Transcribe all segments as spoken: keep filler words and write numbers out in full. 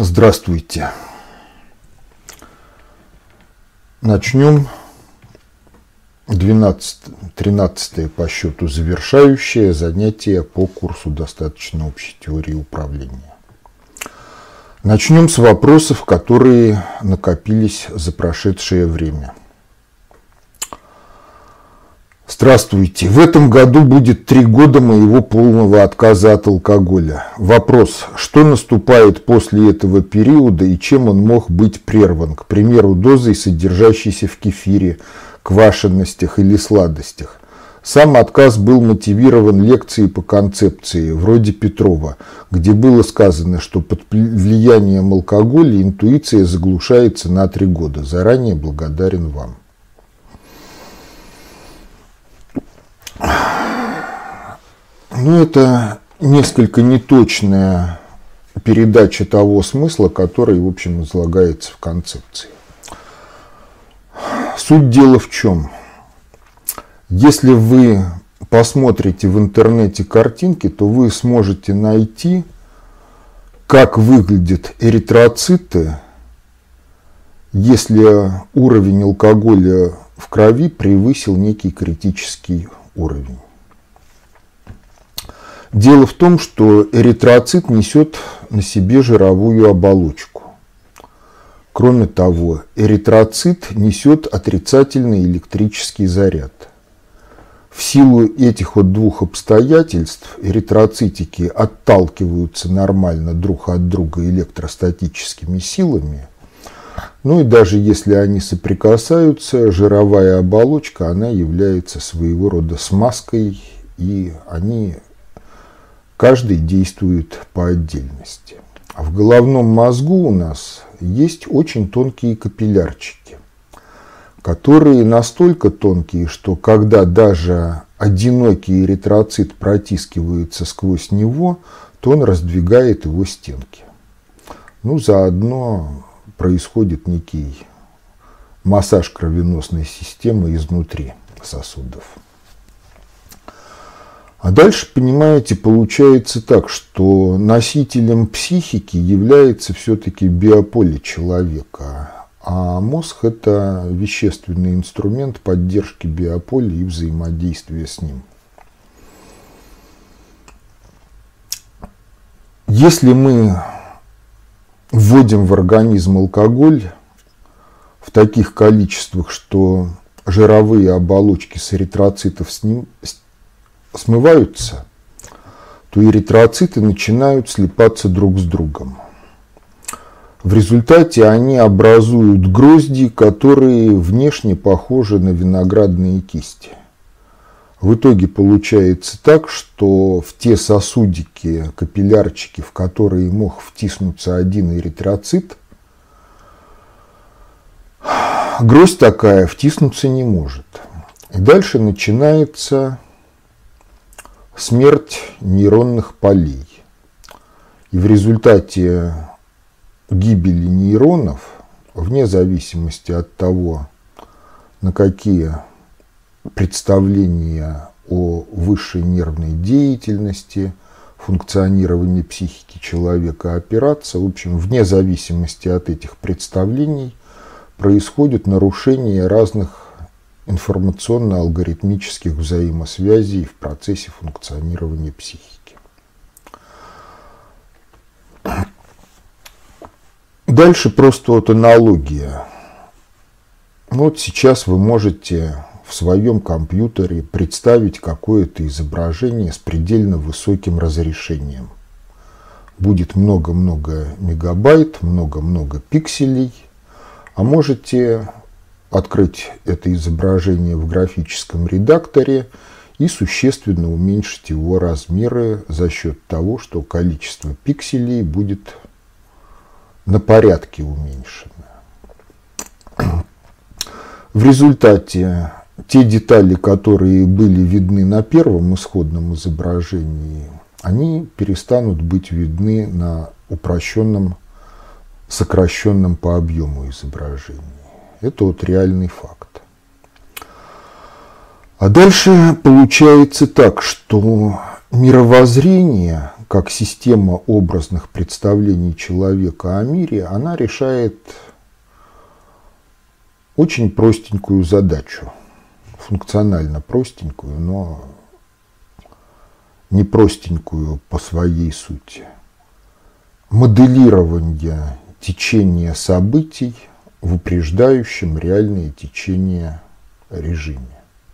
Здравствуйте. Начнем двенадцатое-тринадцатое по счету завершающее занятие по курсу «Достаточно общей теории управления». Начнем с вопросов, которые накопились за прошедшее время. Здравствуйте. В этом году будет три года моего полного отказа от алкоголя. Вопрос, что наступает после этого периода и чем он мог быть прерван? К примеру, дозой, содержащейся в кефире, квашеностях или сладостях. Сам отказ был мотивирован лекцией по концепции, вроде Петрова, где было сказано, что под влиянием алкоголя интуиция заглушается на три года. Заранее благодарен вам. Ну, это несколько неточная передача того смысла, который, в общем, излагается в концепции. Суть дела в чем? Если вы посмотрите в интернете картинки, то вы сможете найти, как выглядят эритроциты, если уровень алкоголя в крови превысил некий критический уровень. Дело в том, что эритроцит несет на себе жировую оболочку. Кроме того, эритроцит несет отрицательный электрический заряд. В силу этих вот двух обстоятельств эритроцитики отталкиваются нормально друг от друга электростатическими силами. Ну и даже если они соприкасаются, жировая оболочка, она является своего рода смазкой, и они, каждый действует по отдельности. А в головном мозгу у нас есть очень тонкие капиллярчики, которые настолько тонкие, что когда даже одинокий эритроцит протискивается сквозь него, то он раздвигает его стенки. Ну, заодно происходит некий массаж кровеносной системы изнутри сосудов. А дальше, понимаете, получается так, что носителем психики является все-таки биополе человека, а мозг – это вещественный инструмент поддержки биополя и взаимодействия с ним. Если мы вводим в организм алкоголь в таких количествах, что жировые оболочки с эритроцитов с ним смываются, то эритроциты начинают слипаться друг с другом. В результате они образуют грозди, которые внешне похожи на виноградные кисти. В итоге получается так, что в те сосудики, капиллярчики, в которые мог втиснуться один эритроцит, гроздь такая втиснуться не может. И дальше начинается смерть нейронных полей. И в результате гибели нейронов, вне зависимости от того, на какие представления о высшей нервной деятельности, функционировании психики человека опираться, в общем, вне зависимости от этих представлений происходит нарушение разных информационно-алгоритмических взаимосвязей в процессе функционирования психики. Дальше просто вот аналогия. Вот сейчас вы можете в своем компьютере представить какое-то изображение с предельно высоким разрешением. Будет много-много мегабайт, много-много пикселей, а можете открыть это изображение в графическом редакторе и существенно уменьшить его размеры за счет того, что количество пикселей будет на порядке уменьшено. В результате те детали, которые были видны на первом исходном изображении, они перестанут быть видны на упрощенном, сокращенном по объему изображении. Это вот реальный факт. А дальше получается так, что мировоззрение, как система образных представлений человека о мире, она решает очень простенькую задачу, функционально простенькую, но не простенькую по своей сути. Моделирование течения событий в упреждающем реальное течение режиме.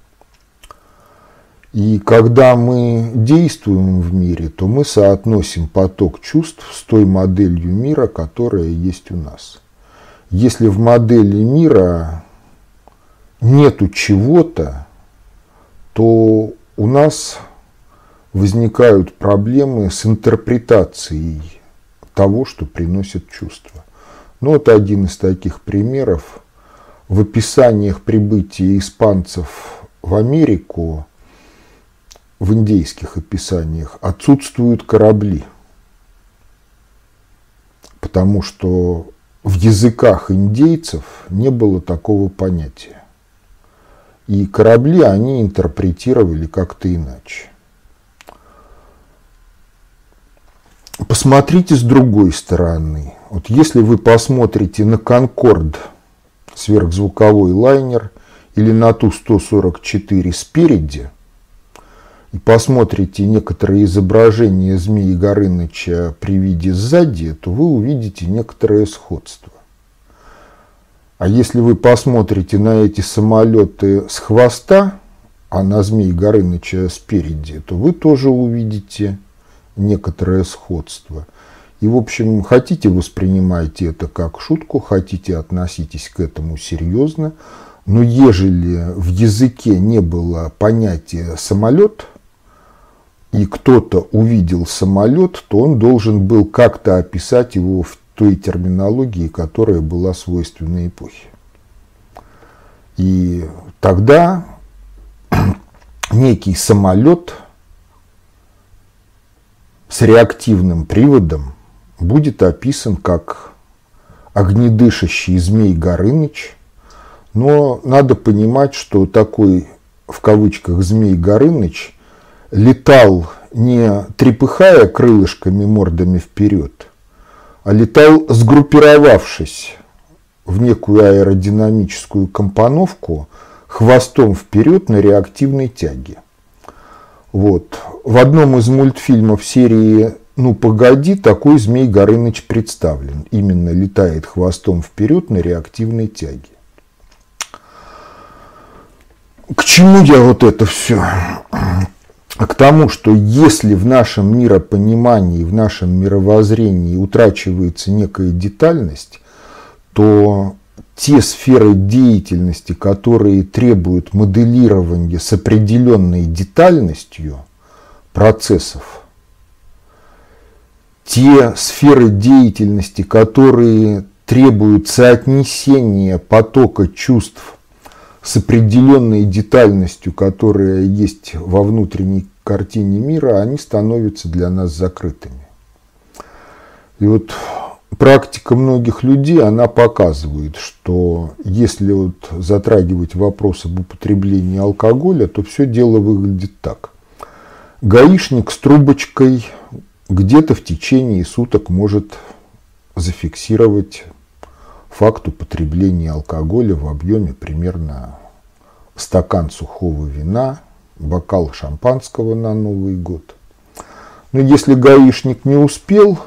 И когда мы действуем в мире, то мы соотносим поток чувств с той моделью мира, которая есть у нас. Если в модели мира нету чего-то, то у нас возникают проблемы с интерпретацией того, что приносит чувство. Ну, вот один из таких примеров. В описаниях прибытия испанцев в Америку, в индейских описаниях, отсутствуют корабли. Потому что в языках индейцев не было такого понятия. И корабли они интерпретировали как-то иначе. Посмотрите с другой стороны. Вот если вы посмотрите на «Конкорд», сверхзвуковой лайнер, или на Ту сто сорок четыре спереди, и посмотрите некоторые изображения Змеи Горыныча при виде сзади, то вы увидите некоторое сходство. А если вы посмотрите на эти самолеты с хвоста, а на Змеи Горыныча спереди, то вы тоже увидите некоторое сходство. И, в общем, хотите, воспринимайте это как шутку, хотите, относитесь к этому серьезно. Но ежели в языке не было понятия «самолет», и кто-то увидел самолет, то он должен был как-то описать его в той терминологии, которая была свойственна эпохе. И тогда некий самолет с реактивным приводом будет описан как огнедышащий Змей Горыныч, но надо понимать, что такой, в кавычках, Змей Горыныч летал не трепыхая крылышками мордами вперед, а летал, сгруппировавшись в некую аэродинамическую компоновку хвостом вперед на реактивной тяге. Вот. В одном из мультфильмов серии «Ну погоди» такой Змей Горыныч представлен. Именно летает хвостом вперед на реактивной тяге. К чему я вот это все? К тому, что если в нашем миропонимании, в нашем мировоззрении утрачивается некая детальность, то те сферы деятельности, которые требуют моделирования с определенной детальностью процессов, те сферы деятельности, которые требуют соотнесения потока чувств с определенной детальностью, которая есть во внутренней картине мира, они становятся для нас закрытыми. И вот практика многих людей, она показывает, что если вот затрагивать вопрос об употреблении алкоголя, то все дело выглядит так. Гаишник с трубочкой где-то в течение суток может зафиксировать факт употребления алкоголя в объеме примерно стакан сухого вина, бокал шампанского на Новый год. Но если гаишник не успел,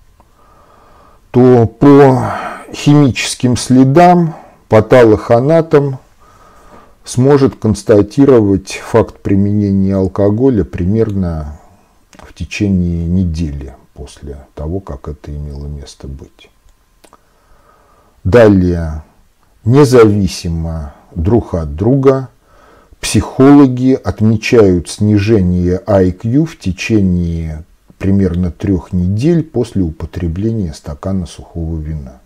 то по химическим следам, патологоанатом сможет констатировать факт применения алкоголя примерно в течение недели после того, как это имело место быть. Далее, независимо друг от друга, психологи отмечают снижение ай кью в течение примерно трех недель после употребления стакана сухого вина.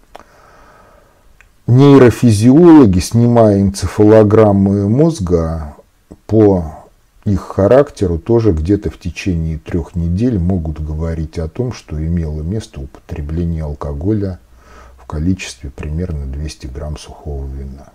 Нейрофизиологи, снимая энцефалограммы мозга, по их характеру тоже где-то в течение трех недель могут говорить о том, что имело место употребление алкоголя в количестве примерно двести грамм сухого вина.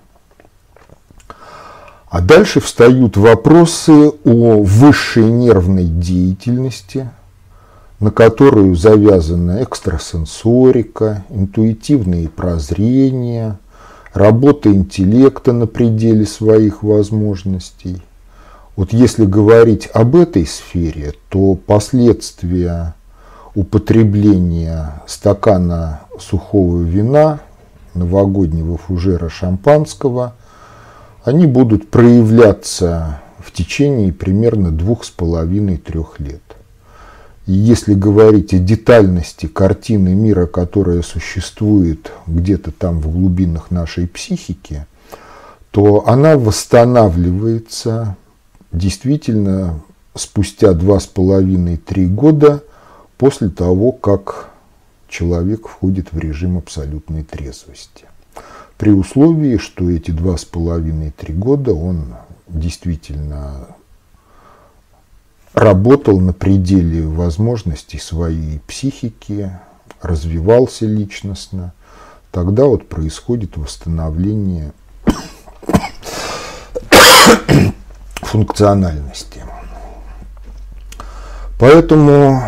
А дальше встают вопросы о высшей нервной деятельности, на которую завязана экстрасенсорика, интуитивные прозрения, работа интеллекта на пределе своих возможностей. Вот если говорить об этой сфере, то последствия употребления стакана сухого вина, новогоднего фужера шампанского, они будут проявляться в течение примерно двух с половиной-трех лет. И если говорить о детальности картины мира, которая существует где-то там в глубинах нашей психики, то она восстанавливается действительно спустя два с половиной-три года после того, как человек входит в режим абсолютной трезвости. При условии, что эти два с половиной-три года он действительно работал на пределе возможностей своей психики, развивался личностно, тогда вот происходит восстановление функциональности. Поэтому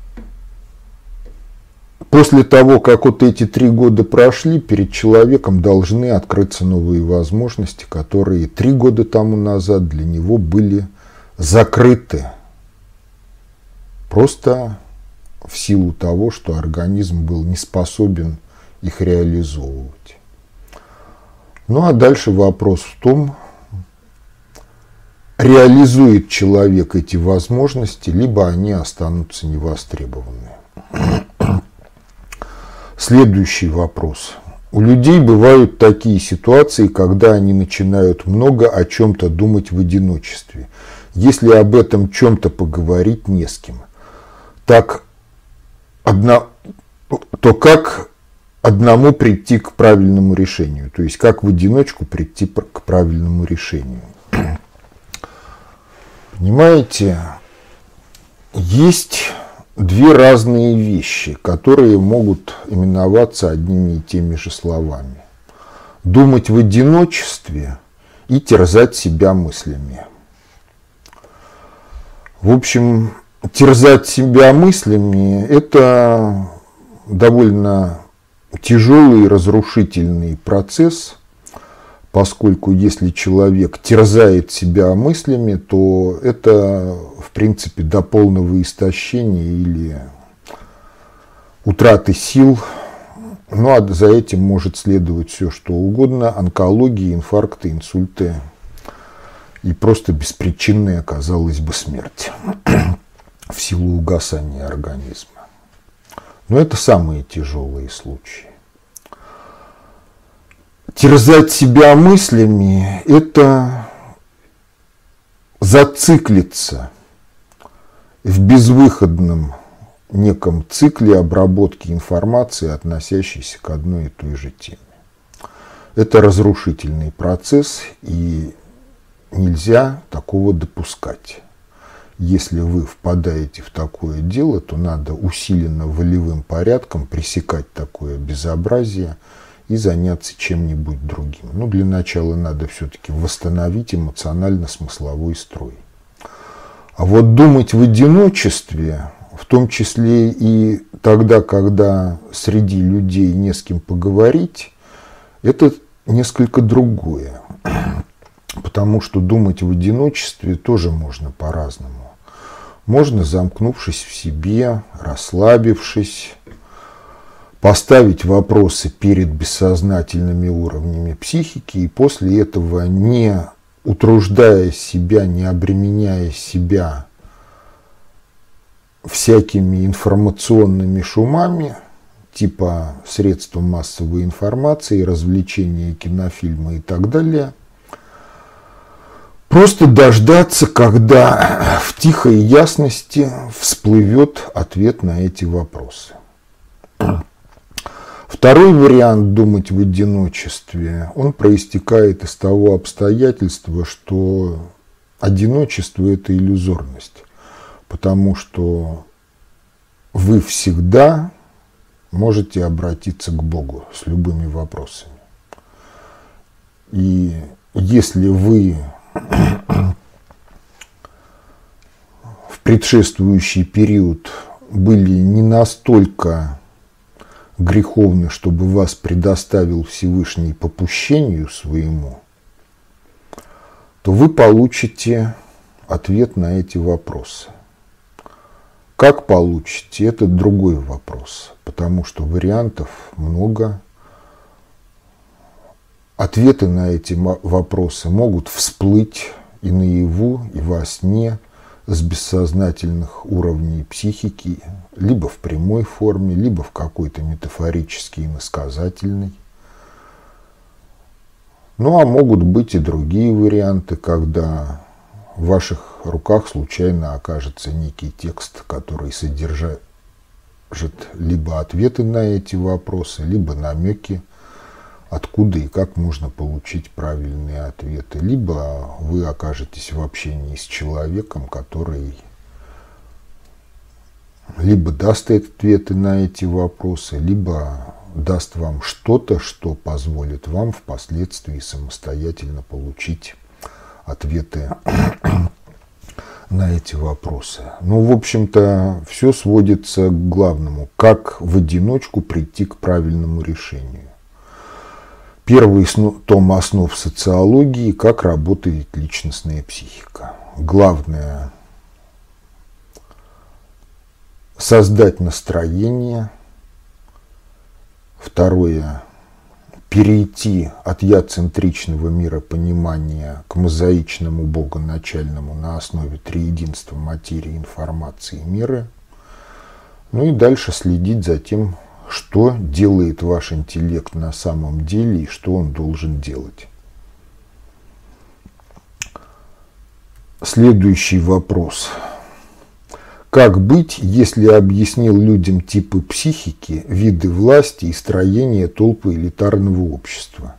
после того, как вот эти три года прошли, перед человеком должны открыться новые возможности, которые три года тому назад для него были закрыты. Просто в силу того, что организм был не способен их реализовывать. Ну а дальше вопрос в том, реализует человек эти возможности, либо они останутся невостребованы. Следующий вопрос. У людей бывают такие ситуации, когда они начинают много о чем-то думать в одиночестве, если об этом чем-то поговорить не с кем. Так, одно, то как одному прийти к правильному решению? То есть, как в одиночку прийти к правильному решению? Понимаете, есть две разные вещи, которые могут именоваться одними и теми же словами. Думать в одиночестве и терзать себя мыслями. В общем, терзать себя мыслями – это довольно тяжелый и разрушительный процесс, поскольку если человек терзает себя мыслями, то это, в принципе, до полного истощения или утраты сил. Ну а за этим может следовать все, что угодно: онкология, инфаркты, инсульты и просто беспричинная, казалось бы, смерть в силу угасания организма. Но это самые тяжелые случаи. Терзать себя мыслями – это зациклиться в безвыходном неком цикле обработки информации, относящейся к одной и той же теме. Это разрушительный процесс, и нельзя такого допускать. Если вы впадаете в такое дело, то надо усиленно волевым порядком пресекать такое безобразие и заняться чем-нибудь другим. Ну, для начала надо все-таки восстановить эмоционально-смысловой строй. А вот думать в одиночестве, в том числе и тогда, когда среди людей не с кем поговорить, это несколько другое. Потому что думать в одиночестве тоже можно по-разному. Можно, замкнувшись в себе, расслабившись, поставить вопросы перед бессознательными уровнями психики и после этого, не утруждая себя, не обременяя себя всякими информационными шумами, типа средств массовой информации, развлечения, кинофильмы и так далее, просто дождаться, когда в тихой ясности всплывет ответ на эти вопросы. Второй вариант думать в одиночестве, он проистекает из того обстоятельства, что одиночество – это иллюзорность, потому что вы всегда можете обратиться к Богу с любыми вопросами. И если вы в предшествующий период были не настолько греховны, чтобы вас предоставил Всевышний попущению своему, то вы получите ответ на эти вопросы. Как получите, это другой вопрос, потому что вариантов много. Ответы на эти вопросы могут всплыть и наяву, и во сне, с бессознательных уровней психики, либо в прямой форме, либо в какой-то метафорической, иносказательной. Ну а могут быть и другие варианты, когда в ваших руках случайно окажется некий текст, который содержит либо ответы на эти вопросы, либо намеки, откуда и как можно получить правильные ответы. Либо вы окажетесь в общении с человеком, который либо даст ответы на эти вопросы, либо даст вам что-то, что позволит вам впоследствии самостоятельно получить ответы на эти вопросы. Ну, в общем-то, все сводится к главному. Как в одиночку прийти к правильному решению. Первый том основ социологии, как работает личностная психика. Главное – создать настроение. Второе – перейти от я-центричного миропонимания к мозаичному богоначальному на основе триединства материи, информации и мира. Ну и дальше следить за тем, что делает ваш интеллект на самом деле и что он должен делать. Следующий вопрос. Как быть, если объяснил людям типы психики, виды власти и строение толпы элитарного общества?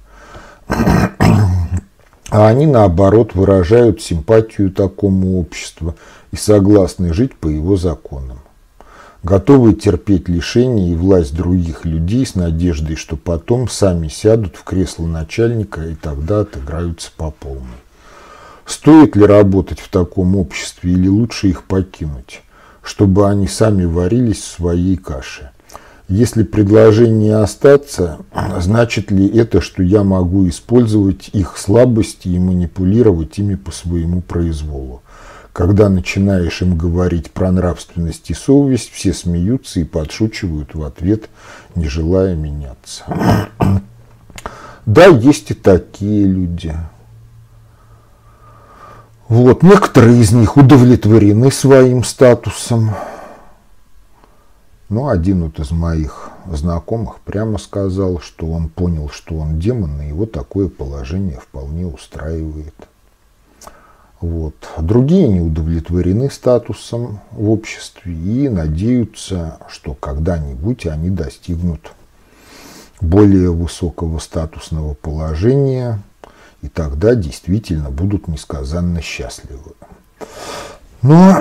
А они, наоборот, выражают симпатию такому обществу и согласны жить по его законам. Готовы терпеть лишения и власть других людей с надеждой, что потом сами сядут в кресло начальника и тогда отыграются по полной. Стоит ли работать в таком обществе или лучше их покинуть, чтобы они сами варились в своей каше? Если предложение остаться, значит ли это, что я могу использовать их слабости и манипулировать ими по своему произволу? Когда начинаешь им говорить про нравственность и совесть, все смеются и подшучивают в ответ, не желая меняться. Да, есть и такие люди. Вот, некоторые из них удовлетворены своим статусом. Но один вот из моих знакомых прямо сказал, что он понял, что он демон, и его такое положение вполне устраивает. Вот. Другие не удовлетворены статусом в обществе и надеются, что когда-нибудь они достигнут более высокого статусного положения, и тогда действительно будут несказанно счастливы. Но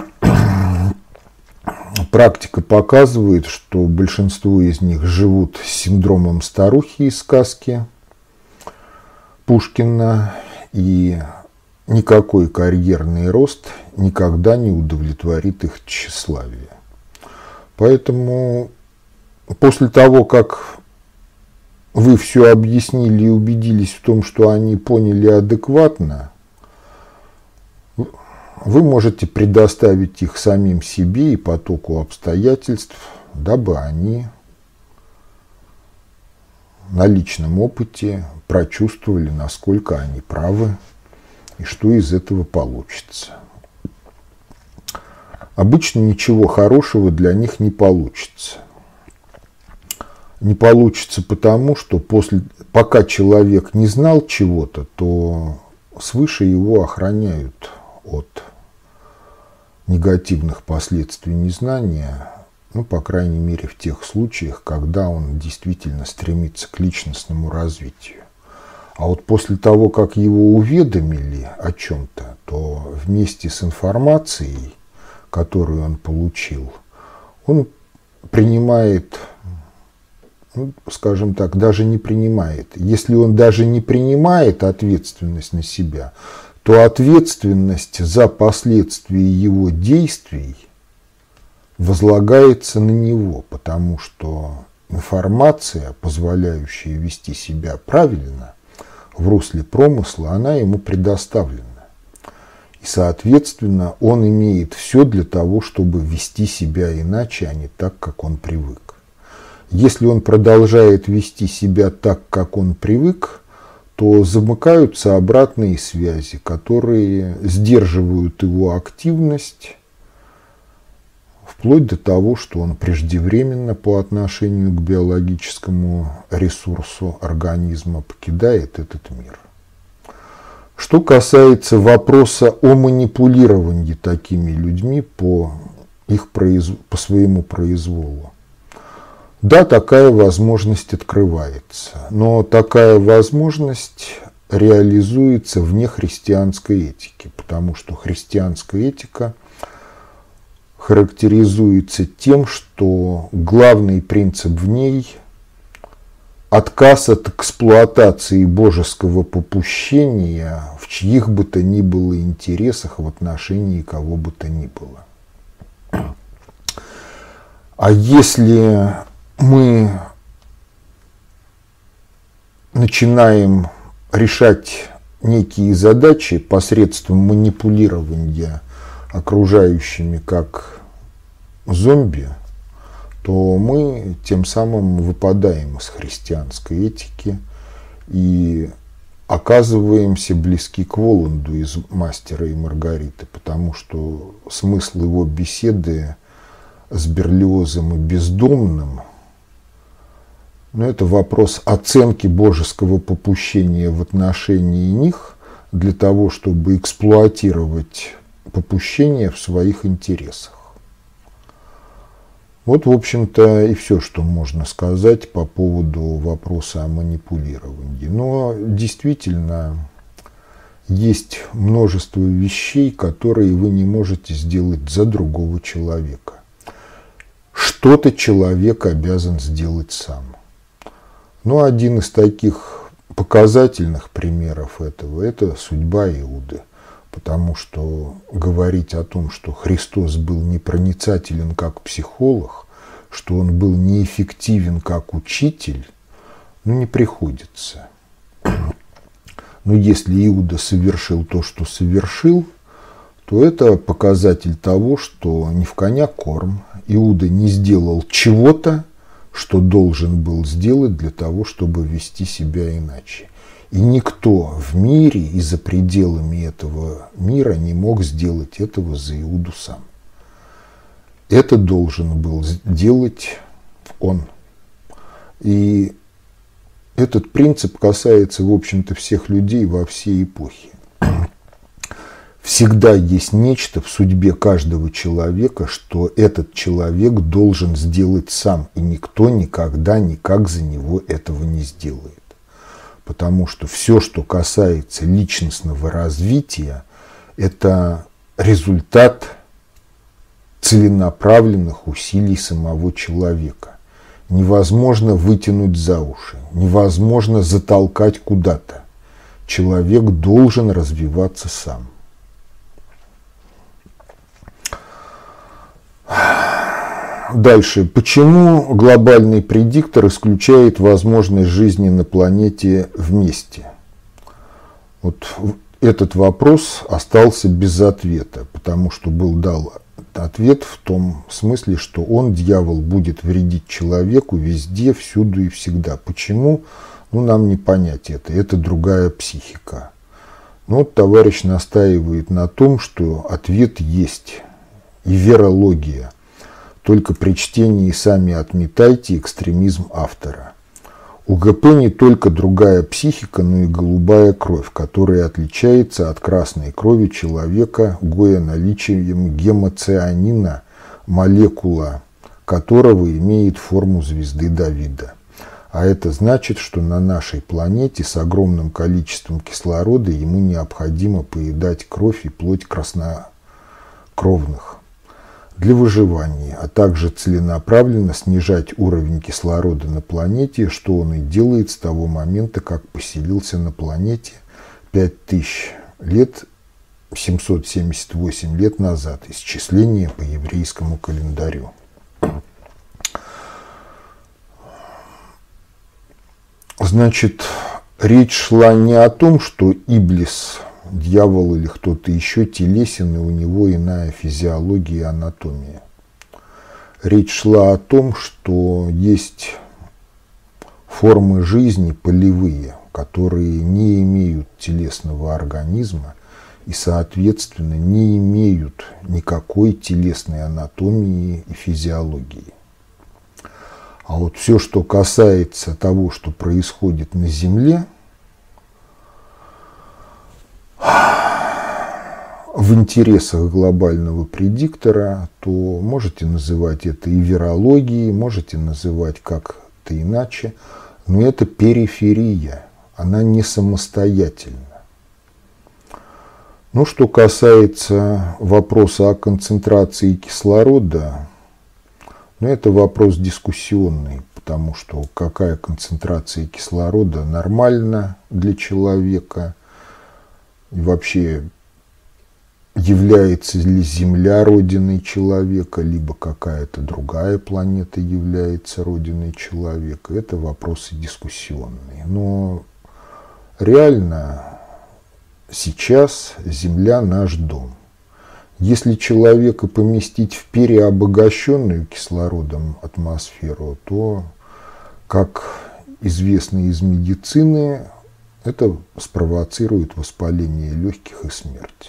практика показывает, что большинство из них живут с синдромом старухи из сказки Пушкина, и никакой карьерный рост никогда не удовлетворит их тщеславие. Поэтому после того, как вы все объяснили и убедились в том, что они поняли адекватно, вы можете предоставить их самим себе и потоку обстоятельств, дабы они на личном опыте прочувствовали, насколько они правы и что из этого получится. Обычно ничего хорошего для них не получится. Не получится потому, что после, пока человек не знал чего-то, то свыше его охраняют от негативных последствий незнания, ну, по крайней мере, в тех случаях, когда он действительно стремится к личностному развитию. А вот после того, как его уведомили о чем-то, то вместе с информацией, которую он получил, он принимает, ну, скажем так, даже не принимает. Если он даже не принимает ответственность на себя, то ответственность за последствия его действий возлагается на него, потому что информация, позволяющая вести себя правильно в русле промысла, она ему предоставлена. И, соответственно, он имеет все для того, чтобы вести себя иначе, а не так, как он привык. Если он продолжает вести себя так, как он привык, то замыкаются обратные связи, которые сдерживают его активность, вплоть до того, что он преждевременно по отношению к биологическому ресурсу организма покидает этот мир. Что касается вопроса о манипулировании такими людьми по, их произ... по своему произволу, да, такая возможность открывается, но такая возможность реализуется вне христианской этики, потому что христианская этика характеризуется тем, что главный принцип в ней – отказ от эксплуатации божеского попущения в чьих бы то ни было интересах в отношении кого бы то ни было. А если мы начинаем решать некие задачи посредством манипулирования окружающими как зомби, то мы тем самым выпадаем из христианской этики и оказываемся близки к Воланду из «Мастера и Маргариты», потому что смысл его беседы с Берлиозом и бездомным, но это вопрос оценки божеского попущения в отношении них для того, чтобы эксплуатировать попущение в своих интересах. Вот, в общем-то, и все, что можно сказать по поводу вопроса о манипулировании. Но действительно есть множество вещей, которые вы не можете сделать за другого человека. Что-то человек обязан сделать сам. Но один из таких показательных примеров этого – это судьба Иуды. Потому что говорить о том, что Христос был непроницателен как психолог, что он был неэффективен как учитель, ну, не приходится. Но если Иуда совершил то, что совершил, то это показатель того, что не в коня корм. Иуда не сделал чего-то, что должен был сделать для того, чтобы вести себя иначе. И никто в мире и за пределами этого мира не мог сделать этого за Иуду сам. Это должен был сделать он. И этот принцип касается, в общем-то, всех людей во всей эпохе. Всегда есть нечто в судьбе каждого человека, что этот человек должен сделать сам, и никто никогда никак за него этого не сделает. Потому что все, что касается личностного развития, это результат целенаправленных усилий самого человека. Невозможно вытянуть за уши, невозможно затолкать куда-то. Человек должен развиваться сам. Дальше. Почему глобальный предиктор исключает возможность жизни на планете вместе? Вот этот вопрос остался без ответа, потому что был дан ответ в том смысле, что он, дьявол, будет вредить человеку везде, всюду и всегда. Почему? Ну, нам не понять это. Это другая психика. Но вот товарищ настаивает на том, что ответ есть. И верология. Только при чтении сами отметайте экстремизм автора. У ГП не только другая психика, но и голубая кровь, которая отличается от красной крови человека гоя наличием гемоцианина, молекула которого имеет форму звезды Давида. А это значит, что на нашей планете с огромным количеством кислорода ему необходимо поедать кровь и плоть краснокровных для выживания, а также целенаправленно снижать уровень кислорода на планете, что он и делает с того момента, как поселился на планете пять тысяч лет семьсот семьдесят восемь лет назад, исчисление по еврейскому календарю. Значит, речь шла не о том, что Иблис, дьявол или кто-то еще телесен, и у него иная физиология и анатомия. Речь шла о том, что есть формы жизни полевые, которые не имеют телесного организма и, соответственно, не имеют никакой телесной анатомии и физиологии. А вот все, что касается того, что происходит на Земле, в интересах глобального предиктора, то можете называть это и вирологией, можете называть как-то иначе, но это периферия, она не самостоятельна. Ну, что касается вопроса о концентрации кислорода, ну, это вопрос дискуссионный, потому что какая концентрация кислорода нормальна для человека, и вообще является ли Земля родиной человека, либо какая-то другая планета является родиной человека. Это вопросы дискуссионные. Но реально сейчас Земля наш дом. Если человека поместить в переобогащенную кислородом атмосферу, то, как известно из медицины, это спровоцирует воспаление легких и смерть.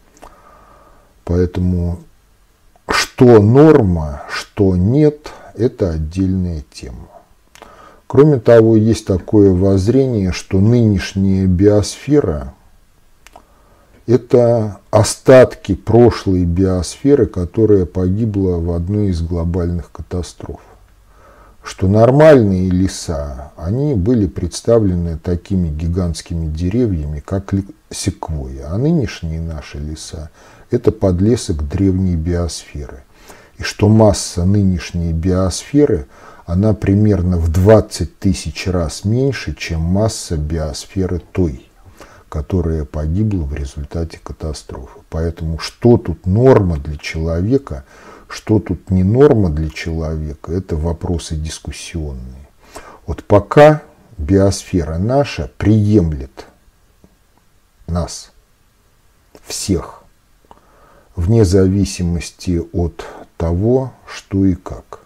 Поэтому что норма, что нет, это отдельная тема. Кроме того, есть такое воззрение, что нынешняя биосфера – это остатки прошлой биосферы, которая погибла в одной из глобальных катастроф. Что нормальные леса, они были представлены такими гигантскими деревьями, как секвойя, а нынешние наши леса – это подлесок древней биосферы. И что масса нынешней биосферы, она примерно в двадцать тысяч раз меньше, чем масса биосферы той, которая погибла в результате катастрофы. Поэтому что тут норма для человека, что тут не норма для человека, это вопросы дискуссионные. Вот пока биосфера наша приемлет нас, всех, вне зависимости от того, что и как.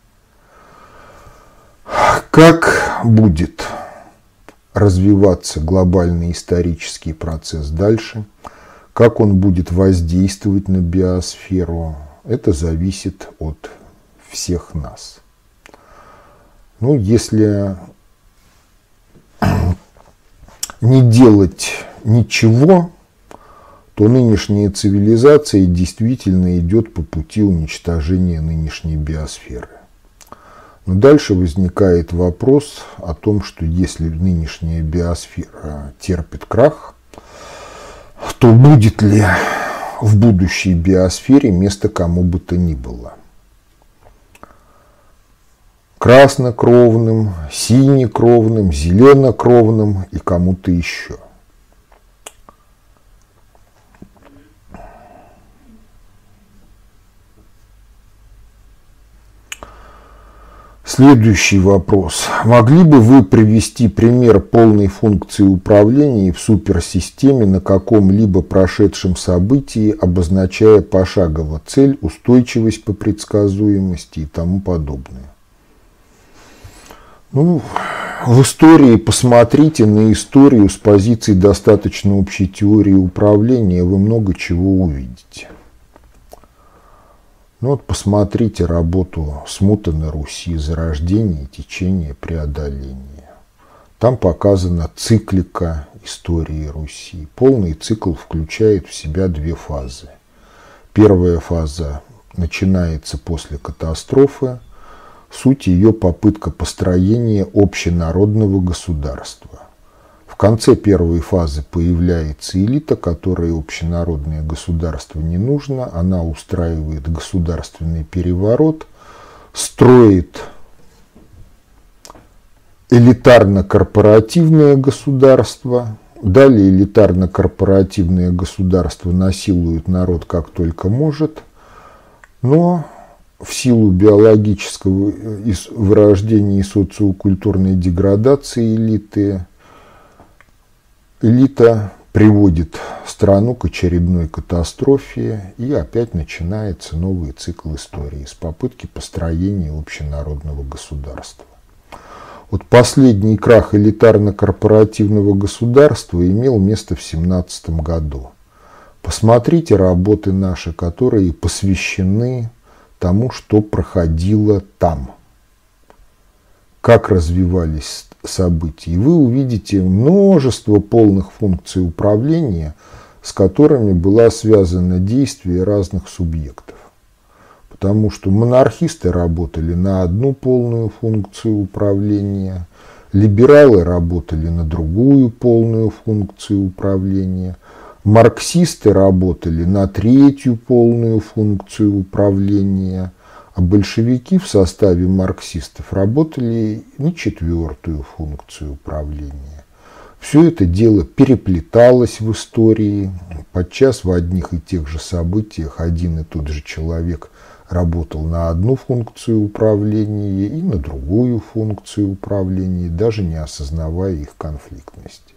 Как будет развиваться глобальный исторический процесс дальше, как он будет воздействовать на биосферу, это зависит от всех нас. Ну, если не делать ничего, то нынешняя цивилизация действительно идет по пути уничтожения нынешней биосферы. Но дальше возникает вопрос о том, что если нынешняя биосфера терпит крах, то будет ли в будущей биосфере место кому бы то ни было. Краснокровным, синекровным, зеленокровным и кому-то еще. Следующий вопрос. Могли бы вы привести пример полной функции управления в суперсистеме на каком-либо прошедшем событии, обозначая пошагово цель, устойчивость по предсказуемости и тому подобное? Ну, в истории посмотрите на историю с позиции достаточно общей теории управления, вы много чего увидите. Ну вот посмотрите работу «Смута на Руси. Зарождение, течение, преодоление». Там показана циклика истории Руси. Полный цикл включает в себя две фазы. Первая фаза начинается после катастрофы. Суть ее попытка построения общенародного государства. В конце первой фазы появляется элита, которой общенародное государство не нужно. Она устраивает государственный переворот, строит элитарно-корпоративное государство, Далее элитарно-корпоративное государство насилует народ как только может, но в силу биологического вырождения и социокультурной деградации элиты, элита приводит страну к очередной катастрофе, и опять начинается новый цикл истории с попытки построения общенародного государства. Вот последний крах элитарно-корпоративного государства имел место в семнадцатом году. Посмотрите работы наши, которые посвящены тому, что проходило там, как развивались события. И вы увидите множество полных функций управления, с которыми было связано действие разных субъектов. Потому что монархисты работали на одну полную функцию управления, либералы работали на другую полную функцию управления, марксисты работали на третью полную функцию управления, а большевики в составе марксистов работали на четвертую функцию управления. Все это дело переплеталось в истории, подчас в одних и тех же событиях один и тот же человек работал на одну функцию управления и на другую функцию управления, даже не осознавая их конфликтности.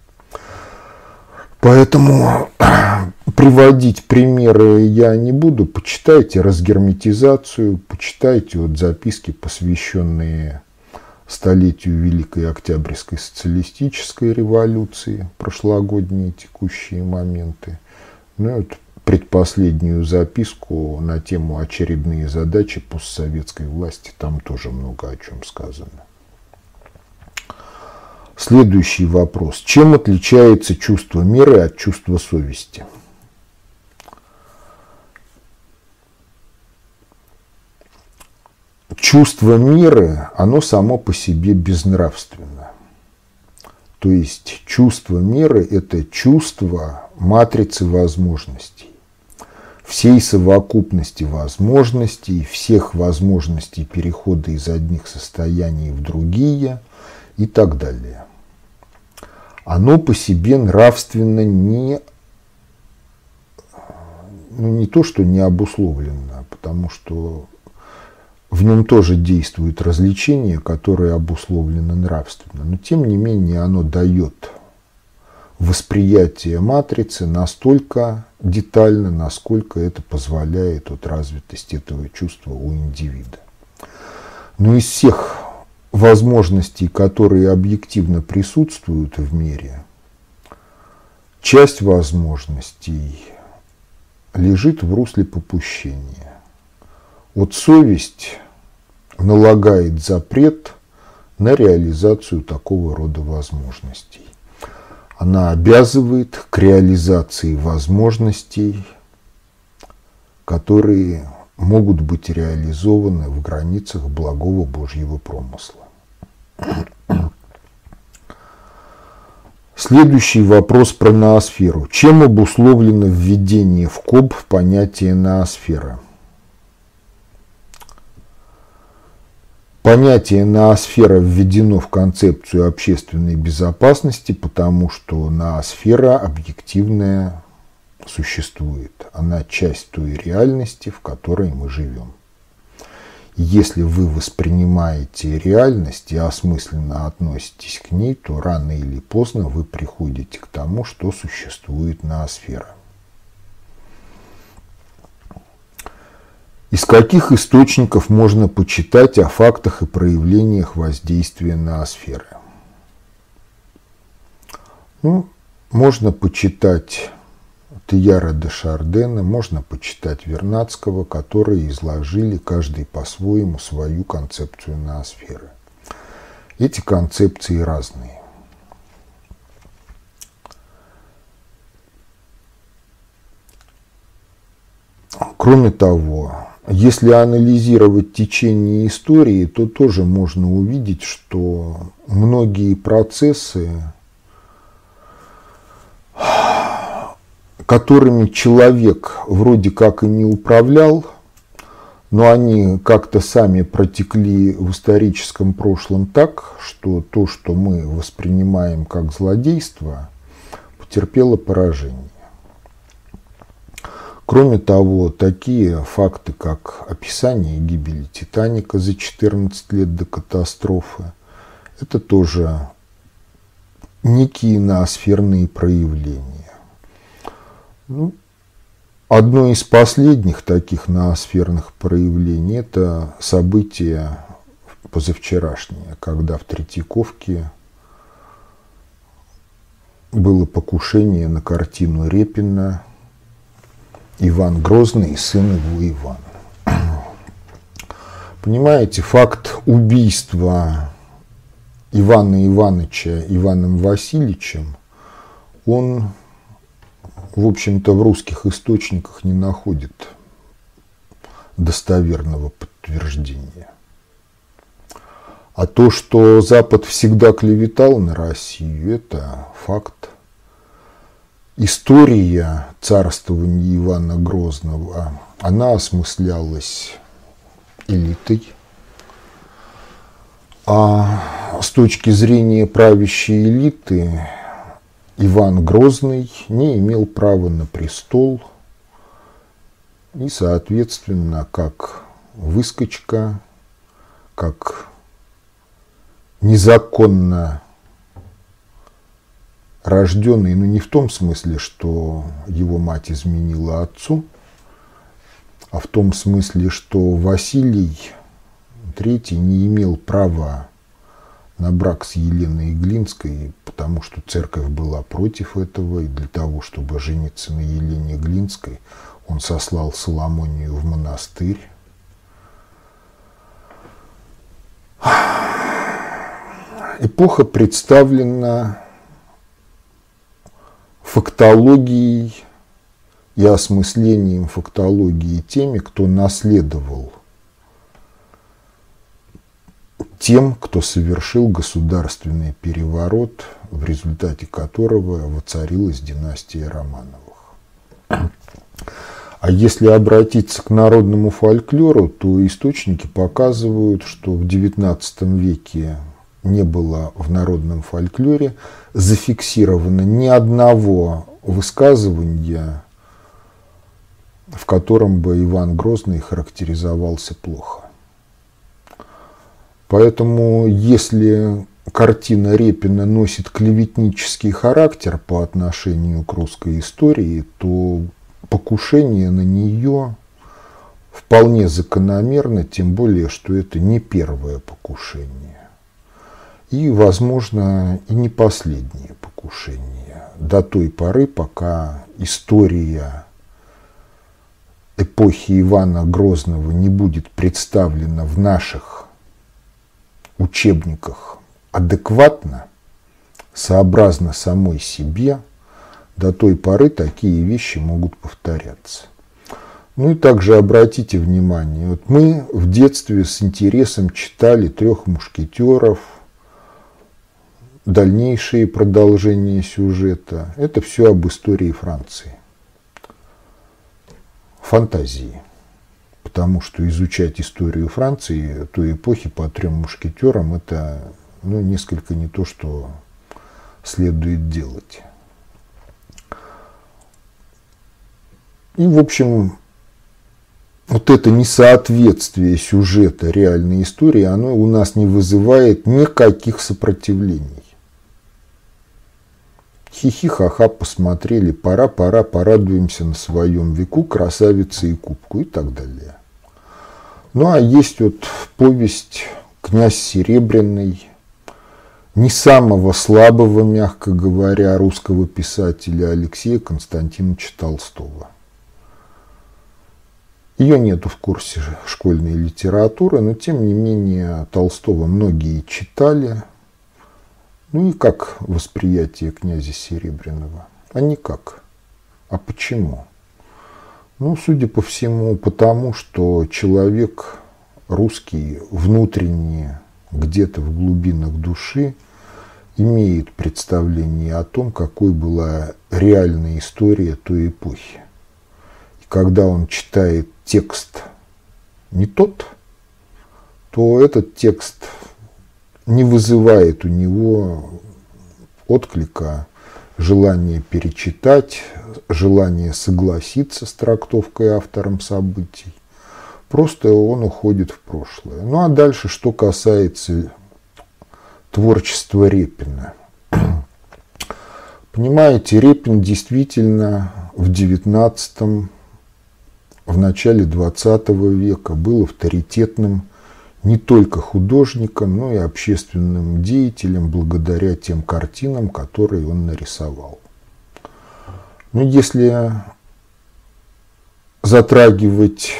Поэтому приводить примеры я не буду. Почитайте разгерметизацию, почитайте вот записки, посвященные столетию Великой Октябрьской социалистической революции, прошлогодние текущие моменты. Ну и вот предпоследнюю записку на тему очередные задачи постсоветской власти, там тоже много о чем сказано. Следующий вопрос. Чем отличается чувство меры от чувства совести? Чувство меры, оно само по себе безнравственно. То есть чувство меры – это чувство матрицы возможностей. Всей совокупности возможностей, всех возможностей перехода из одних состояний в другие и так далее. Оно по себе нравственно не, ну, не то, что не обусловлено, потому что в нем тоже действуют развлечения, которые обусловлены нравственно, но тем не менее оно дает восприятие матрицы настолько детально, насколько это позволяет вот развитость этого чувства у индивида. Но из всех возможностей, которые объективно присутствуют в мире, часть возможностей лежит в русле попущения. Вот совесть налагает запрет на реализацию такого рода возможностей. Она обязывает к реализации возможностей, которые могут быть реализованы в границах благого Божьего промысла. Следующий вопрос про ноосферу. Чем обусловлено введение в КОБ понятия ноосфера? Понятие ноосфера введено в концепцию общественной безопасности, потому что ноосфера объективная существует. Она часть той реальности, в которой мы живем. Если вы воспринимаете реальность и осмысленно относитесь к ней, то рано или поздно вы приходите к тому, что существует ноосфера. Из каких источников можно почитать о фактах и проявлениях воздействия ноосферы? Ну, можно почитать Тейяра де Шардена, можно почитать Вернадского, которые изложили каждый по-своему свою концепцию ноосферы. Эти концепции разные. Кроме того, если анализировать течение истории, то тоже можно увидеть, что многие процессы, которыми человек вроде как и не управлял, но они как-то сами протекли в историческом прошлом так, что то, что мы воспринимаем как злодейство, потерпела поражение. Кроме того, такие факты, как описание гибели «Титаника» за четырнадцать лет до катастрофы, это тоже некие ноосферные проявления. Ну, одно из последних таких ноосферных проявлений – это событие позавчерашнее, когда в Третьяковке было покушение на картину Репина «Иван Грозный и сын его Иван». Понимаете, факт убийства Ивана Ивановича Иваном Васильевичем, он, в общем-то, в русских источниках не находит достоверного подтверждения. А то, что Запад всегда клеветал на Россию, это факт. История царствования Ивана Грозного, она осмыслялась элитой. А с точки зрения правящей элиты Иван Грозный не имел права на престол и, соответственно, как выскочка, как незаконно рожденный, но не в том смысле, что его мать изменила отцу, а в том смысле, что Василий Третий не имел права на брак с Еленой Глинской, потому что церковь была против этого, и для того, чтобы жениться на Елене Глинской, он сослал Соломонию в монастырь. Эпоха представлена фактологией и осмыслением фактологии теми, кто наследовал тем, кто совершил государственный переворот, в результате которого воцарилась династия Романовых. А если обратиться к народному фольклору, то источники показывают, что в девятнадцатом веке не было в народном фольклоре зафиксировано ни одного высказывания, в котором бы Иван Грозный характеризовался плохо. Поэтому, если картина Репина носит клеветнический характер по отношению к русской истории, то покушение на нее вполне закономерно, тем более, что это не первое покушение. И, возможно, и не последнее покушение. До той поры, пока история эпохи Ивана Грозного не будет представлена в наших учебниках адекватно, сообразно самой себе, до той поры такие вещи могут повторяться. Ну и также обратите внимание, вот мы в детстве с интересом читали «Трех мушкетеров», дальнейшие продолжения сюжета. Это все об истории Франции. Фантазии. Потому что изучать историю Франции той эпохи по «Трем мушкетерам» это ну, несколько не то, что следует делать. И, в общем, вот это несоответствие сюжета реальной истории, оно у нас не вызывает никаких сопротивлений. Хихи-ха-ха, посмотрели, пора, пора, порадуемся на своем веку, красавица и кубку и так далее. Ну, а есть вот повесть «Князь Серебряный», не самого слабого, мягко говоря, русского писателя Алексея Константиновича Толстого. Ее нету в курсе школьной литературы, но тем не менее Толстого многие читали. Ну и как восприятие князя Серебряного? А никак. А почему? Ну, судя по всему, потому что человек русский внутренне, где-то в глубинах души, имеет представление о том, какой была реальная история той эпохи. И когда он читает текст не тот, то этот текст не вызывает у него отклика, желание перечитать, желание согласиться с трактовкой автором событий. Просто он уходит в прошлое. Ну а дальше, что касается творчества Репина. Понимаете, Репин действительно в девятнадцатом, в начале двадцатого века был авторитетным не только художником, но и общественным деятелем благодаря тем картинам, которые он нарисовал. Но если затрагивать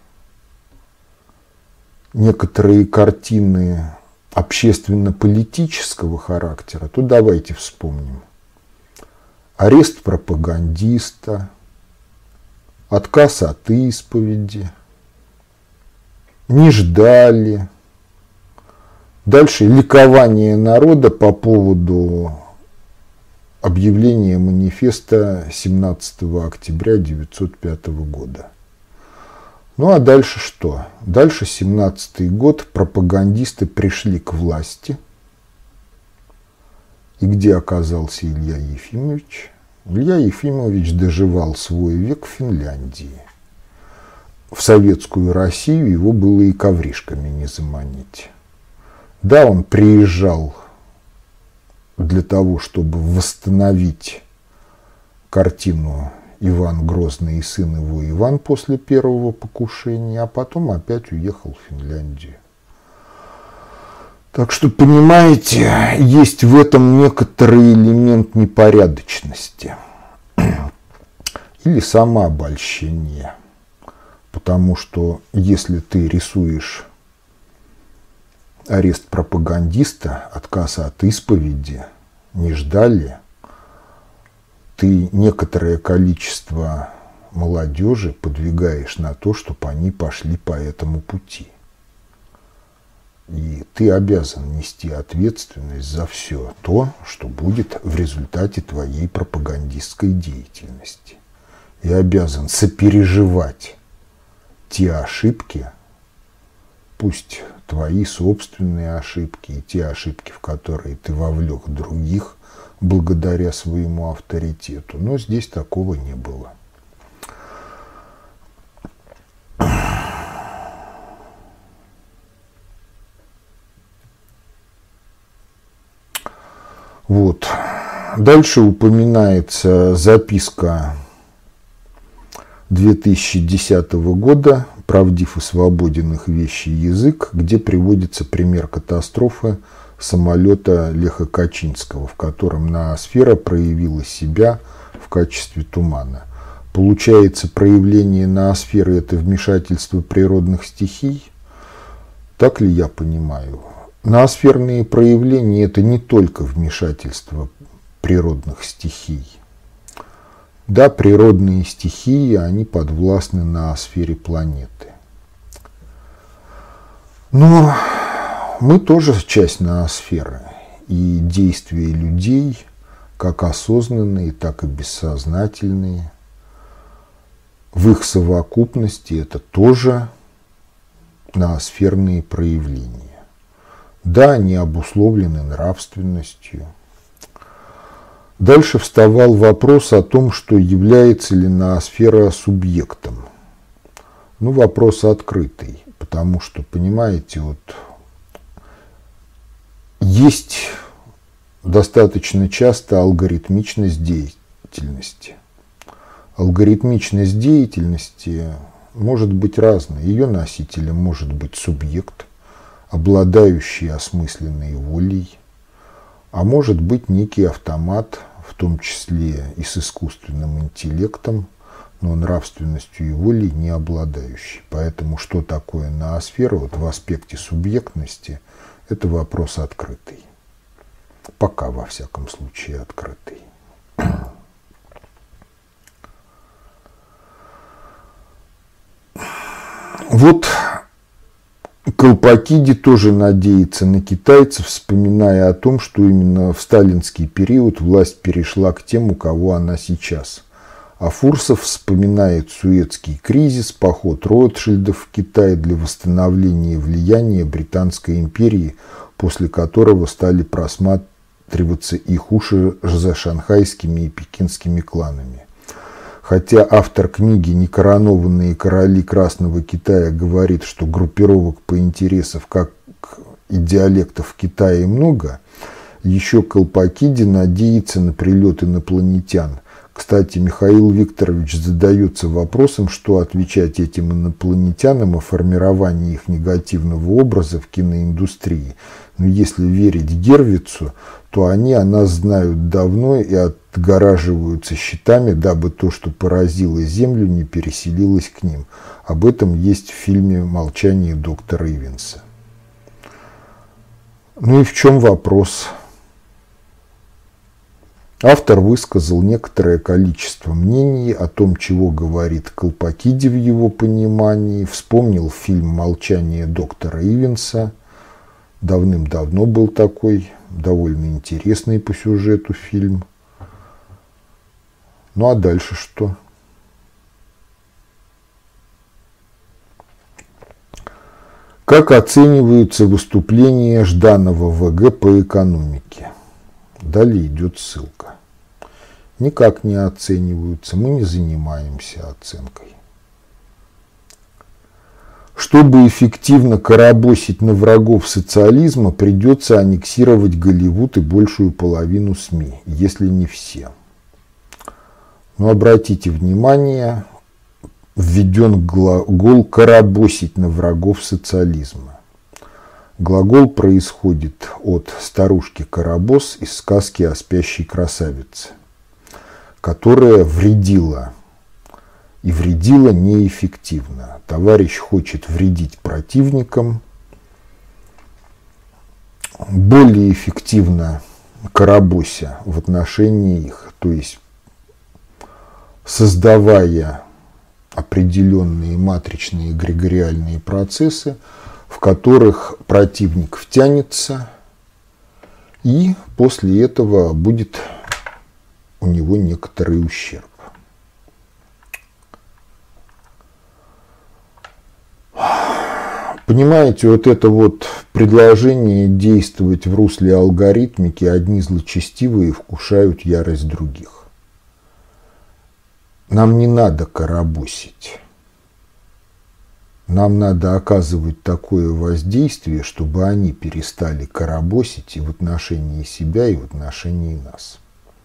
некоторые картины общественно-политического характера, то давайте вспомним. Арест пропагандиста, отказ от исповеди, не ждали. Дальше ликование народа по поводу объявления манифеста семнадцатого октября тысяча девятьсот пятого года. Ну а дальше что? Дальше семнадцатый год, пропагандисты пришли к власти. И где оказался Илья Ефимович? Илья Ефимович доживал свой век в Финляндии. В советскую Россию его было и ковришками не заманить. Да, он приезжал для того, чтобы восстановить картину «Иван Грозный и сын его Иван» после первого покушения, а потом опять уехал в Финляндию. Так что, понимаете, есть в этом некоторый элемент непорядочности или самообольщения. Потому что если ты рисуешь арест пропагандиста, отказ от исповеди, не ждали, ты некоторое количество молодежи подвигаешь на то, чтобы они пошли по этому пути. И ты обязан нести ответственность за все то, что будет в результате твоей пропагандистской деятельности. И обязан сопереживать те ошибки, пусть твои собственные ошибки и те ошибки, в которые ты вовлек других благодаря своему авторитету. Но здесь такого не было. Вот. Дальше упоминается записка две тысячи десятого года «Правдив и свободен их вещий язык», где приводится пример катастрофы самолета Леха Качинского, в котором ноосфера проявила себя в качестве тумана. Получается, проявление ноосферы – это вмешательство природных стихий? Так ли я понимаю? Ноосферные проявления – это не только вмешательство природных стихий. Да, природные стихии, они подвластны ноосфере планеты. Но мы тоже часть ноосферы. И действия людей, как осознанные, так и бессознательные, в их совокупности это тоже ноосферные проявления. Да, они обусловлены нравственностью. Дальше вставал вопрос о том, что является ли ноосфера субъектом. Ну, вопрос открытый, потому что, понимаете, вот есть достаточно часто алгоритмичность деятельности. Алгоритмичность деятельности может быть разной. Ее носителем может быть субъект, обладающий осмысленной волей, а может быть некий автомат, в том числе и с искусственным интеллектом, но нравственностью и волей не обладающий. Поэтому что такое ноосфера вот в аспекте субъектности, это вопрос открытый. Пока, во всяком случае, открытый. Вот Колпакиди тоже надеется на китайцев, вспоминая о том, что именно в сталинский период власть перешла к тем, у кого она сейчас. А Фурсов вспоминает Суэцкий кризис, поход Ротшильдов в Китай для восстановления влияния Британской империи, после которого стали просматриваться их уши за шанхайскими и пекинскими кланами. Хотя автор книги «Некоронованные короли Красного Китая» говорит, что группировок по интересам, как и диалектов в Китае много, еще Колпакиди надеется на прилет инопланетян. Кстати, Михаил Викторович задается вопросом, что отвечать этим инопланетянам о формировании их негативного образа в киноиндустрии. Но если верить Гервицу, то они о нас знают давно и отгораживаются щитами, дабы то, что поразило Землю, не переселилось к ним. Об этом есть в фильме «Молчание доктора Ивенса». Ну и в чем вопрос? Автор высказал некоторое количество мнений о том, чего говорит Колпакиди в его понимании, вспомнил фильм «Молчание доктора Ивенса». Давным-давно был такой, довольно интересный по сюжету фильм. Ну а дальше что? Как оцениваются выступления Жданова в ВГ по экономике? Далее идет ссылка. Никак не оцениваются, мы не занимаемся оценкой. Чтобы эффективно карабосить на врагов социализма, придется аннексировать Голливуд и большую половину СМИ, если не все. Но обратите внимание, введен глагол «карабосить на врагов социализма». Глагол происходит от старушки Карабос из сказки о спящей красавице, которая вредила, и вредила неэффективно. Товарищ хочет вредить противникам, более эффективно карабося в отношении их, то есть создавая определенные матричные эгрегориальные процессы, в которых противник втянется, и после этого будет у него некоторый ущерб. Понимаете, вот это вот предложение действовать в русле алгоритмики, одни злочестивые вкушают ярость других. Нам не надо карабосить. Нам надо оказывать такое воздействие, чтобы они перестали карабосить и в отношении себя, и в отношении нас.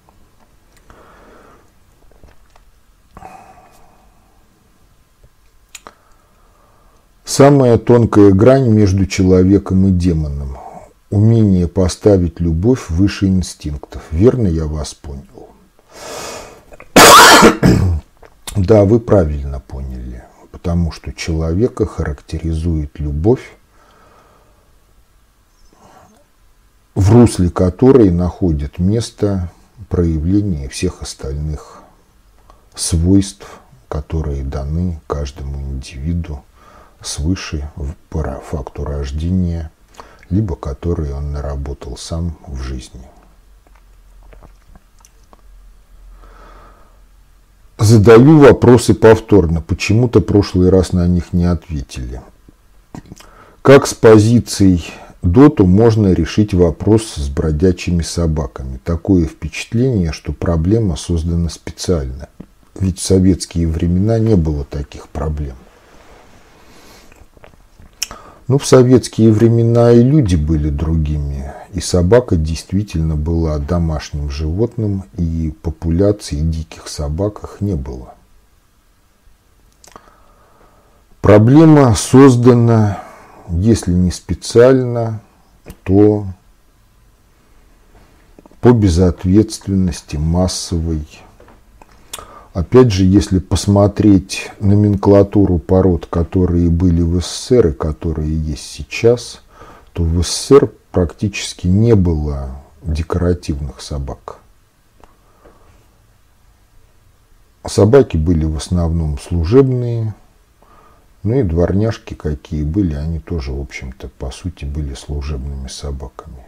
Самая тонкая грань между человеком и демоном. Умение поставить любовь выше инстинктов. Верно я вас понял? Да, вы правильно поняли. Потому что человека характеризует любовь, в русле которой находит место проявление всех остальных свойств, которые даны каждому индивиду свыше по факту рождения, либо которые он наработал сам в жизни. Задаю вопросы повторно, почему-то прошлый раз на них не ответили. Как с позицией доту можно решить вопрос с бродячими собаками? Такое впечатление, что проблема создана специально. Ведь в советские времена не было таких проблем. Ну, в советские времена и люди были другими, и собака действительно была домашним животным, и популяции диких собак их не было. Проблема создана, если не специально, то по безответственности массовой. Опять же, если посмотреть номенклатуру пород, которые были в СССР и которые есть сейчас, то в СССР практически не было декоративных собак. Собаки были в основном служебные, ну и дворняжки какие были, они тоже, в общем-то, по сути, были служебными собаками.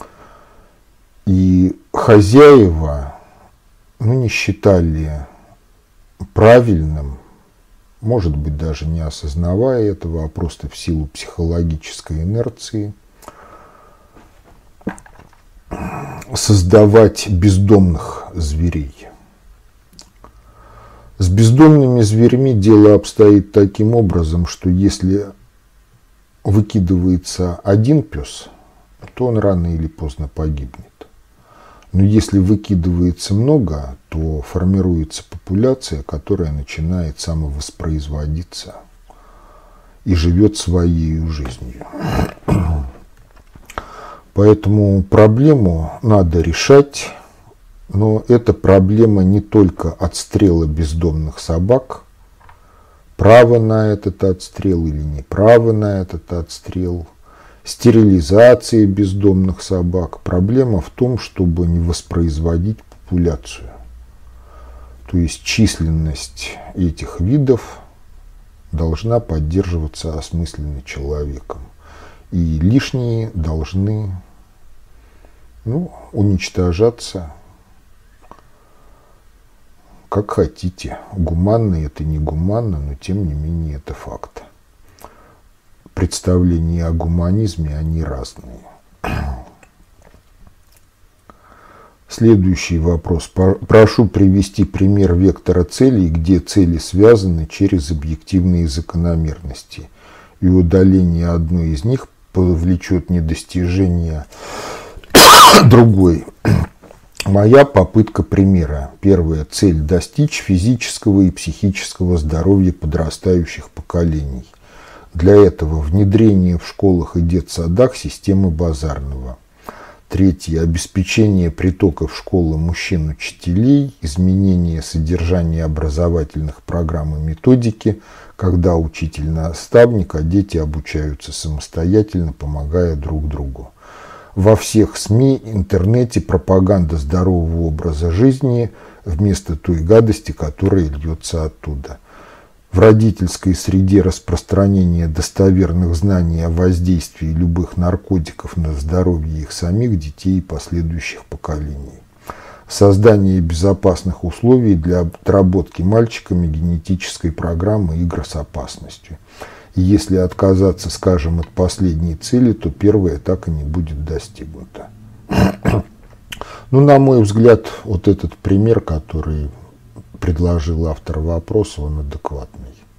И хозяева, ну, не считали правильным, может быть, даже не осознавая этого, а просто в силу психологической инерции, создавать бездомных зверей. С бездомными зверьми дело обстоит таким образом, что если выкидывается один пес, то он рано или поздно погибнет. Но если выкидывается много, то формируется популяция, которая начинает самовоспроизводиться и живет своей жизнью. Поэтому проблему надо решать, но эта проблема не только отстрела бездомных собак, право на этот отстрел или не право на этот отстрел, стерилизации бездомных собак. Проблема в том, чтобы не воспроизводить популяцию. То есть численность этих видов должна поддерживаться осмысленно человеком. И лишние должны, ну, уничтожаться как хотите. Гуманно это не гуманно, но тем не менее это факт. Представления о гуманизме, они разные. Следующий вопрос. Прошу привести пример вектора целей, где цели связаны через объективные закономерности, и удаление одной из них повлечет недостижение другой. Моя попытка примера. Первая цель – достичь физического и психического здоровья подрастающих поколений. Для этого внедрение в школах и детсадах системы Базарного. Третье – обеспечение притока в школы мужчин-учителей, изменение содержания образовательных программ и методики, когда учитель-наставник, а дети обучаются самостоятельно, помогая друг другу. Во всех СМИ, интернете пропаганда здорового образа жизни вместо той гадости, которая льется оттуда. В родительской среде распространение достоверных знаний о воздействии любых наркотиков на здоровье их самих, детей и последующих поколений. Создание безопасных условий для отработки мальчиками генетической программы игр с опасностью. И если отказаться, скажем, от последней цели, то первая так и не будет достигнута. Ну, на мой взгляд, вот этот пример, который предложил автор вопроса, он адекватный.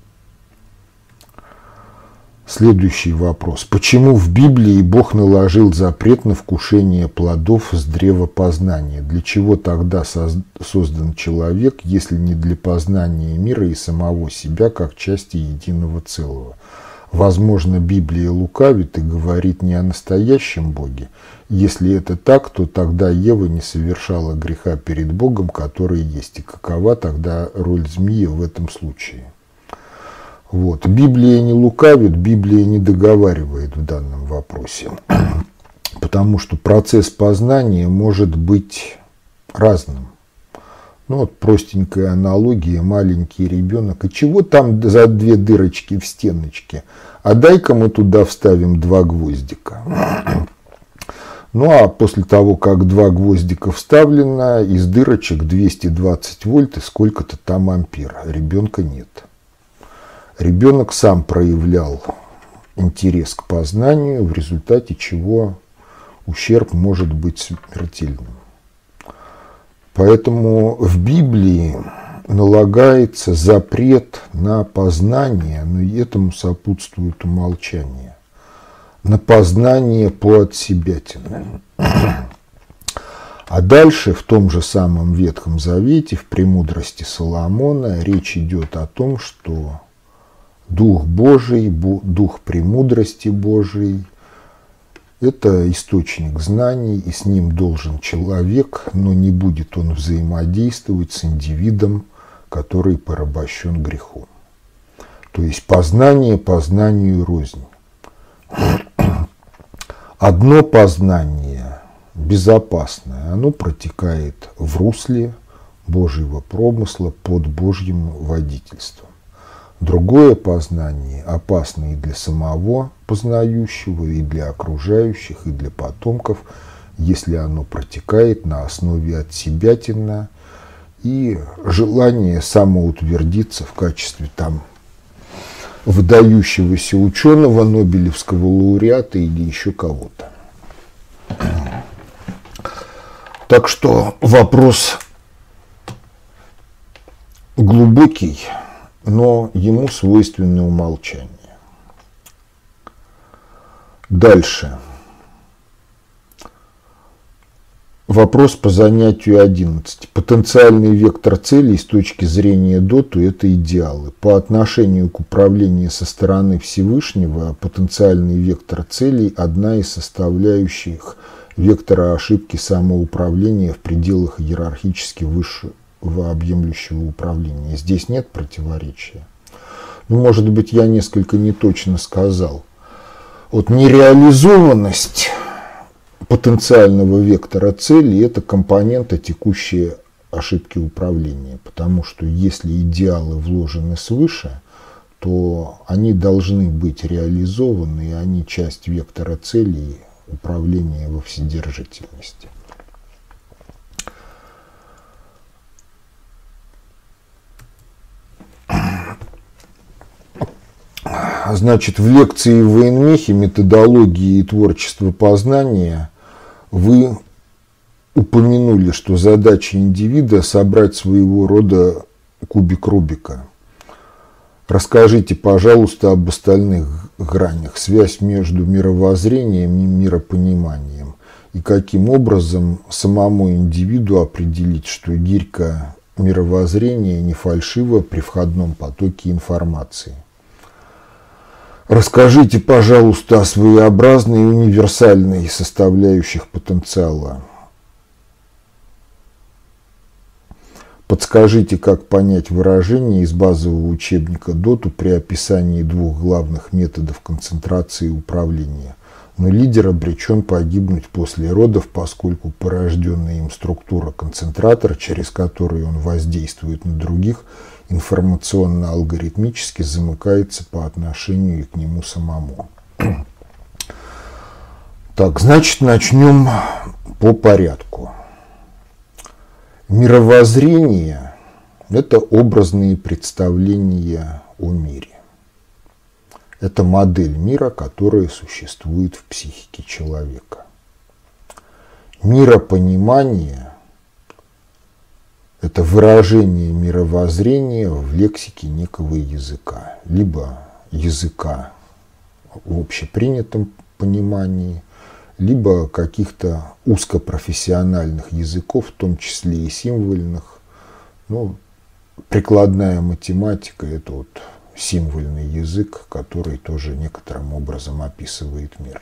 Следующий вопрос. Почему в Библии Бог наложил запрет на вкушение плодов с древа познания? Для чего тогда создан человек, если не для познания мира и самого себя как части единого целого? Возможно, Библия лукавит и говорит не о настоящем Боге. Если это так, то тогда Ева не совершала греха перед Богом, который есть. И какова тогда роль змеи в этом случае? Вот. Библия не лукавит, Библия не договаривает в данном вопросе. Потому что процесс познания может быть разным. Ну вот простенькая аналогия, маленький ребенок. И чего там за две дырочки в стеночке? А дай-ка мы туда вставим два гвоздика. Ну а после того, как два гвоздика вставлено, из дырочек двести двадцать вольт и сколько-то там ампер. Ребенка нет. Ребенок сам проявлял интерес к познанию, в результате чего ущерб может быть смертельным. Поэтому в Библии налагается запрет на познание, но и этому сопутствует умолчание. На познание по отсебятине. А дальше в том же самом Ветхом Завете, в «Премудрости Соломона», речь идет о том, что Дух Божий, Дух премудрости Божией – это источник знаний, и с ним должен человек, но не будет он взаимодействовать с индивидом, который порабощен грехом. То есть познание познанию рознь. Одно познание безопасное, оно протекает в русле Божьего промысла под Божьим водительством. Другое познание опасно и для самого познающего, и для окружающих, и для потомков, если оно протекает на основе отсебятина и желания самоутвердиться в качестве там выдающегося ученого, нобелевского лауреата или еще кого-то. Так что вопрос глубокий, но ему свойственны умолчание. Дальше. Вопрос по занятию одиннадцать. Потенциальный вектор целей с точки зрения доту – это идеалы. По отношению к управлению со стороны Всевышнего потенциальный вектор целей – одна из составляющих вектора ошибки самоуправления в пределах иерархически высшего объемлющего управления. Здесь нет противоречия. Ну, может быть, я несколько неточно сказал. Вот нереализованность потенциального вектора цели – это компонента текущей ошибки управления, потому что если идеалы вложены свыше, то они должны быть реализованы, и они часть вектора цели управления во вседержительности. Значит, в лекции в Вейнмехе «Методологии и творчество познания» вы упомянули, что задача индивида – собрать своего рода кубик Рубика. Расскажите, пожалуйста, об остальных гранях, связь между мировоззрением и миропониманием, и каким образом самому индивиду определить, что гирька мировоззрения не фальшива при входном потоке информации. Расскажите, пожалуйста, о своеобразной и универсальной составляющих потенциала. Подскажите, как понять выражение из базового учебника Доту при описании двух главных методов концентрации и управления. Но лидер обречен погибнуть после родов, поскольку порожденная им структура концентратора, через которую он воздействует на других, информационно-алгоритмически замыкается по отношению к нему самому. Так, значит, начнем по порядку. Мировоззрение – это образные представления о мире. Это модель мира, которая существует в психике человека. Миропонимание – это выражение мировоззрения в лексике некого языка, либо языка в общепринятом понимании, либо каких-то узкопрофессиональных языков, в том числе и символьных. Ну, прикладная математика – это вот символьный язык, который тоже некоторым образом описывает мир.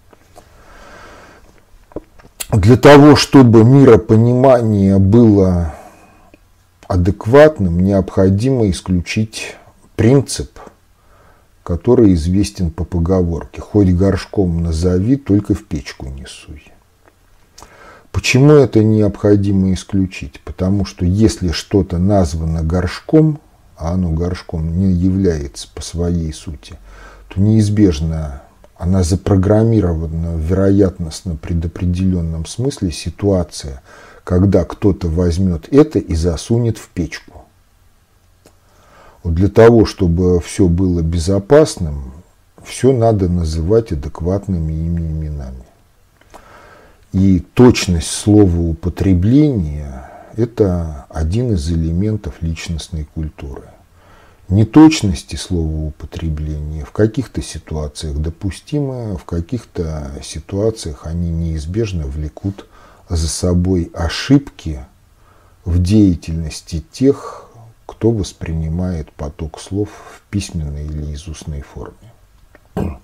Для того, чтобы миропонимание было адекватным, необходимо исключить принцип, который известен по поговорке: «Хоть горшком назови, только в печку не суй». Почему это необходимо исключить? Потому что если что-то названо горшком, а оно горшком не является по своей сути, то неизбежно она запрограммирована в вероятностно предопределенном смысле ситуация, когда кто-то возьмет это и засунет в печку. Вот для того, чтобы все было безопасным, все надо называть адекватными ими именами. И точность словоупотребления – это один из элементов личностной культуры. Неточности словоупотребления в каких-то ситуациях допустимы, в каких-то ситуациях они неизбежно влекут за собой ошибки в деятельности тех, кто воспринимает поток слов в письменной или из устной форме.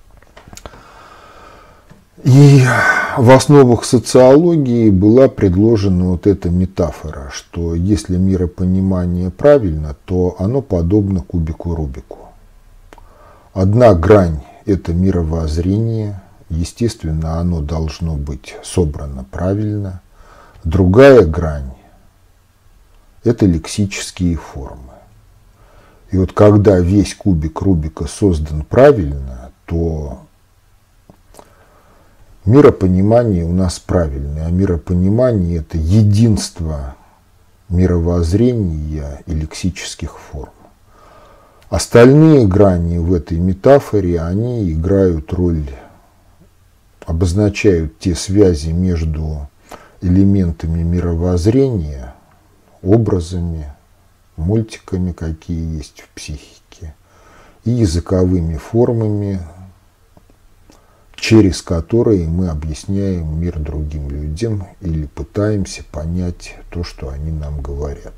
И в основах социологии была предложена вот эта метафора, что если миропонимание правильно, то оно подобно кубику Рубику. Одна грань – это мировоззрение, естественно, оно должно быть собрано правильно. Другая грань – это лексические формы. И вот когда весь кубик Рубика создан правильно, то миропонимание у нас правильное, а миропонимание – это единство мировоззрения и лексических форм. Остальные грани в этой метафоре, они играют роль, обозначают те связи между элементами мировоззрения, образами, мультиками, какие есть в психике, и языковыми формами, через которые мы объясняем мир другим людям или пытаемся понять то, что они нам говорят.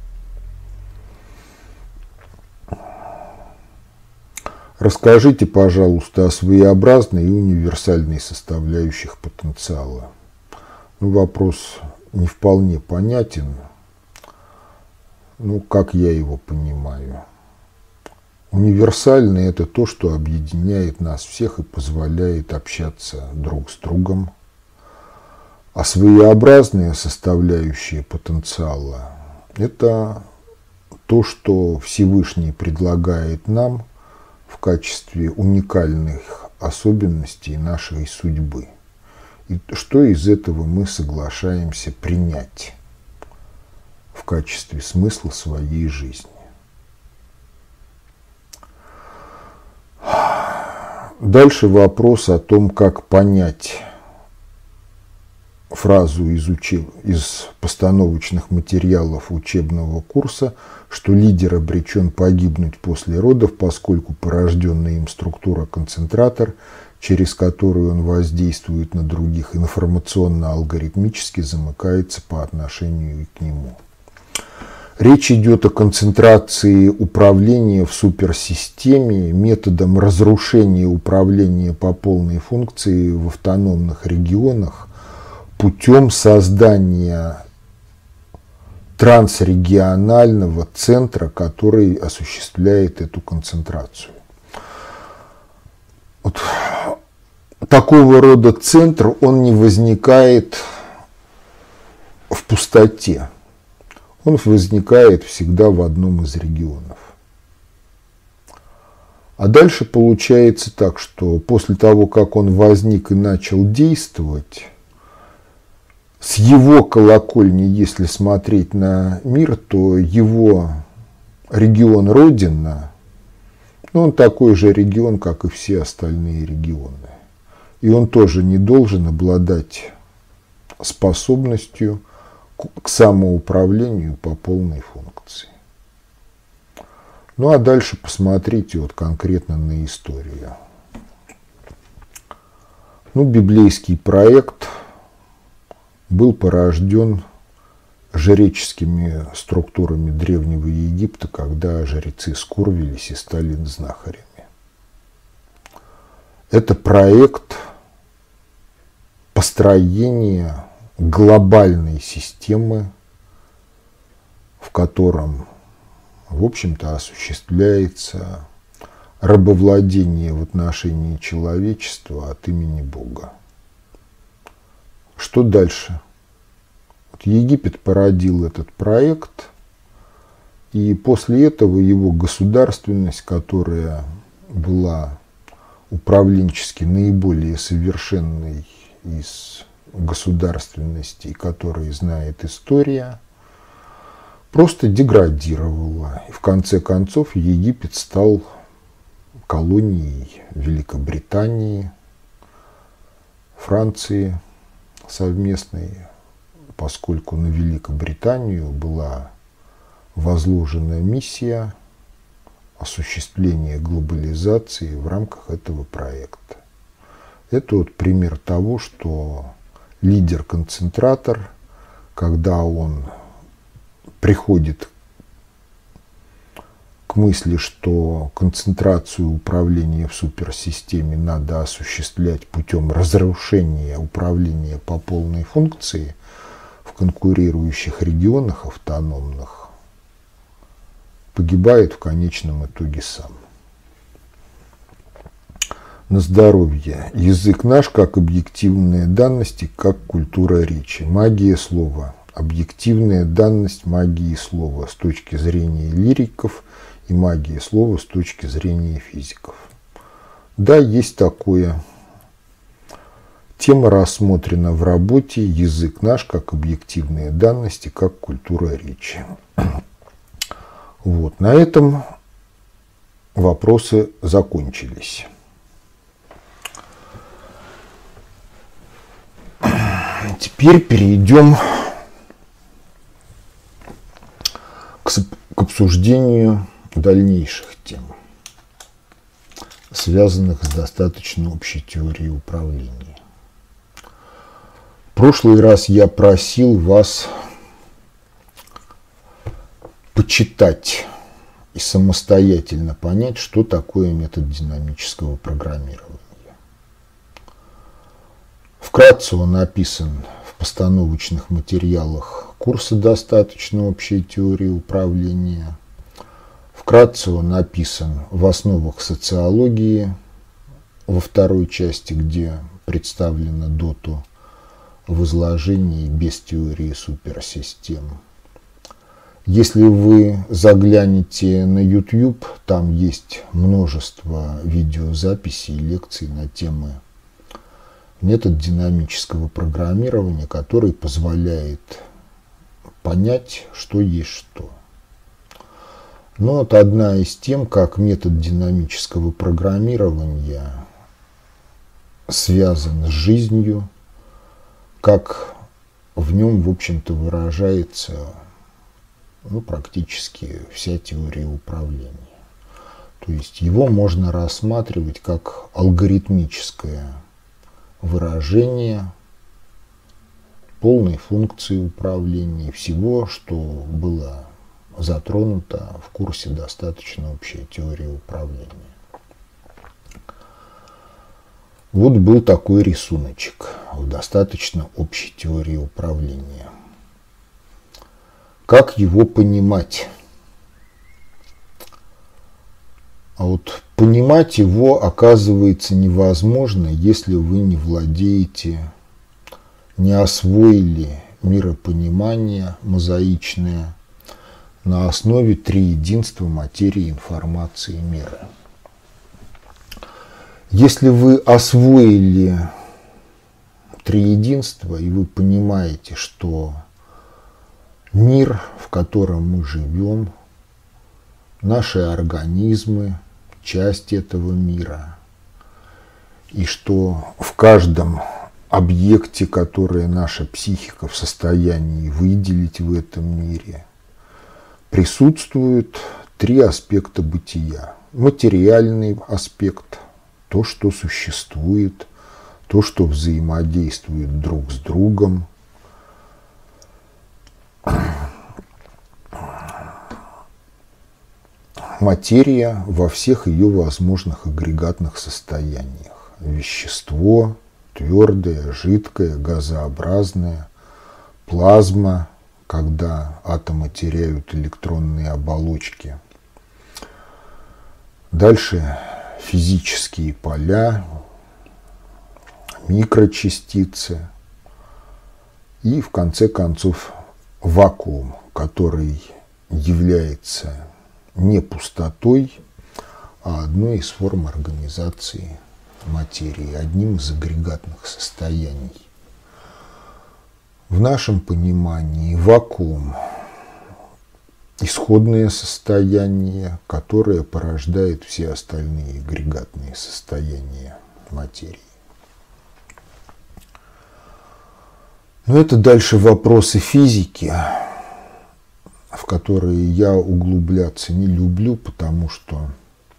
Расскажите, пожалуйста, о своеобразной и универсальной составляющих потенциала. Ну, вопрос не вполне понятен, ну, как я его понимаю. Универсальное – это то, что объединяет нас всех и позволяет общаться друг с другом. А своеобразные составляющие потенциала – это то, что Всевышний предлагает нам в качестве уникальных особенностей нашей судьбы. И что из этого мы соглашаемся принять в качестве смысла своей жизни. Дальше вопрос о том, как понять фразу из, учеб... из постановочных материалов учебного курса, что лидер обречен погибнуть после родов, поскольку порожденная им структура-концентратор, через которую он воздействует на других, информационно-алгоритмически замыкается по отношению к нему. Речь идет о концентрации управления в суперсистеме методом разрушения управления по полной функции в автономных регионах путем создания трансрегионального центра, который осуществляет эту концентрацию. Вот такого рода центр, он не возникает в пустоте. Он возникает всегда в одном из регионов. А дальше получается так, что после того, как он возник и начал действовать, с его колокольни, если смотреть на мир, то его регион Родина, ну, он такой же регион, как и все остальные регионы. И он тоже не должен обладать способностью к самоуправлению по полной функции. Ну а дальше посмотрите вот конкретно на историю. Ну, библейский проект был порожден жреческими структурами Древнего Египта, когда жрецы скурвились и стали знахарями. Это проект построения глобальной системы, в котором, в общем-то, осуществляется рабовладение в отношении человечества от имени Бога. Что дальше? Вот Египет породил этот проект, и после этого его государственность, которая была управленчески наиболее совершенной из государственностей, которые знает история, просто деградировала. И в конце концов Египет стал колонией Великобритании, Франции совместной, поскольку на Великобританию была возложена миссия осуществления глобализации в рамках этого проекта. Это вот пример того, что лидер-концентратор, когда он приходит к мысли, что концентрацию управления в суперсистеме надо осуществлять путем разрушения управления по полной функции в конкурирующих регионах автономных, погибает в конечном итоге сам. На здоровье. Язык наш как объективные данности, как культура речи. Магия слова. Объективная данность магии слова с точки зрения лириков и магия слова с точки зрения физиков. Да, есть такое. Тема рассмотрена в работе «Язык наш как объективные данности, как культура речи». Вот, на этом вопросы закончились. Теперь Теперь перейдем к, к обсуждению дальнейших тем, связанных с достаточно общей теорией управления. В прошлый раз я просил вас почитать и самостоятельно понять, что такое метод динамического программирования. Вкратце он описан в постановочных материалах курса «Достаточно общей теории управления». Вкратце он описан в основах социологии во второй части, где представлено Доту в изложении без теории суперсистем. Если вы заглянете на YouTube, там есть множество видеозаписей и лекций на темы метод динамического программирования, который позволяет понять, что есть что. Но вот одна из тем, как метод динамического программирования связан с жизнью, как в нем, в общем-то, выражается ну, практически вся теория управления. То есть его можно рассматривать как алгоритмическое выражение полной функции управления всего, что было затронуто в курсе «Достаточно общей теории управления». Вот был такой рисуночек в «Достаточно общей теории управления». Как его понимать? А вот понимать его оказывается невозможно, если вы не владеете, не освоили миропонимание мозаичное на основе триединства материи, информации, мира. Если вы освоили триединство и вы понимаете, что мир, в котором мы живем, наши организмы, часть этого мира, и что в каждом объекте, который наша психика в состоянии выделить в этом мире, присутствуют три аспекта бытия. Материальный аспект, то, что существует, то, что взаимодействует друг с другом. Материя во всех ее возможных агрегатных состояниях. Вещество, твердое, жидкое, газообразное, плазма, когда атомы теряют электронные оболочки. Дальше физические поля, микрочастицы и, в конце концов, вакуум, который является не пустотой, а одной из форм организации материи, одним из агрегатных состояний. В нашем понимании вакуум – исходное состояние, которое порождает все остальные агрегатные состояния материи. Но это дальше вопросы физики, в которые я углубляться не люблю, потому что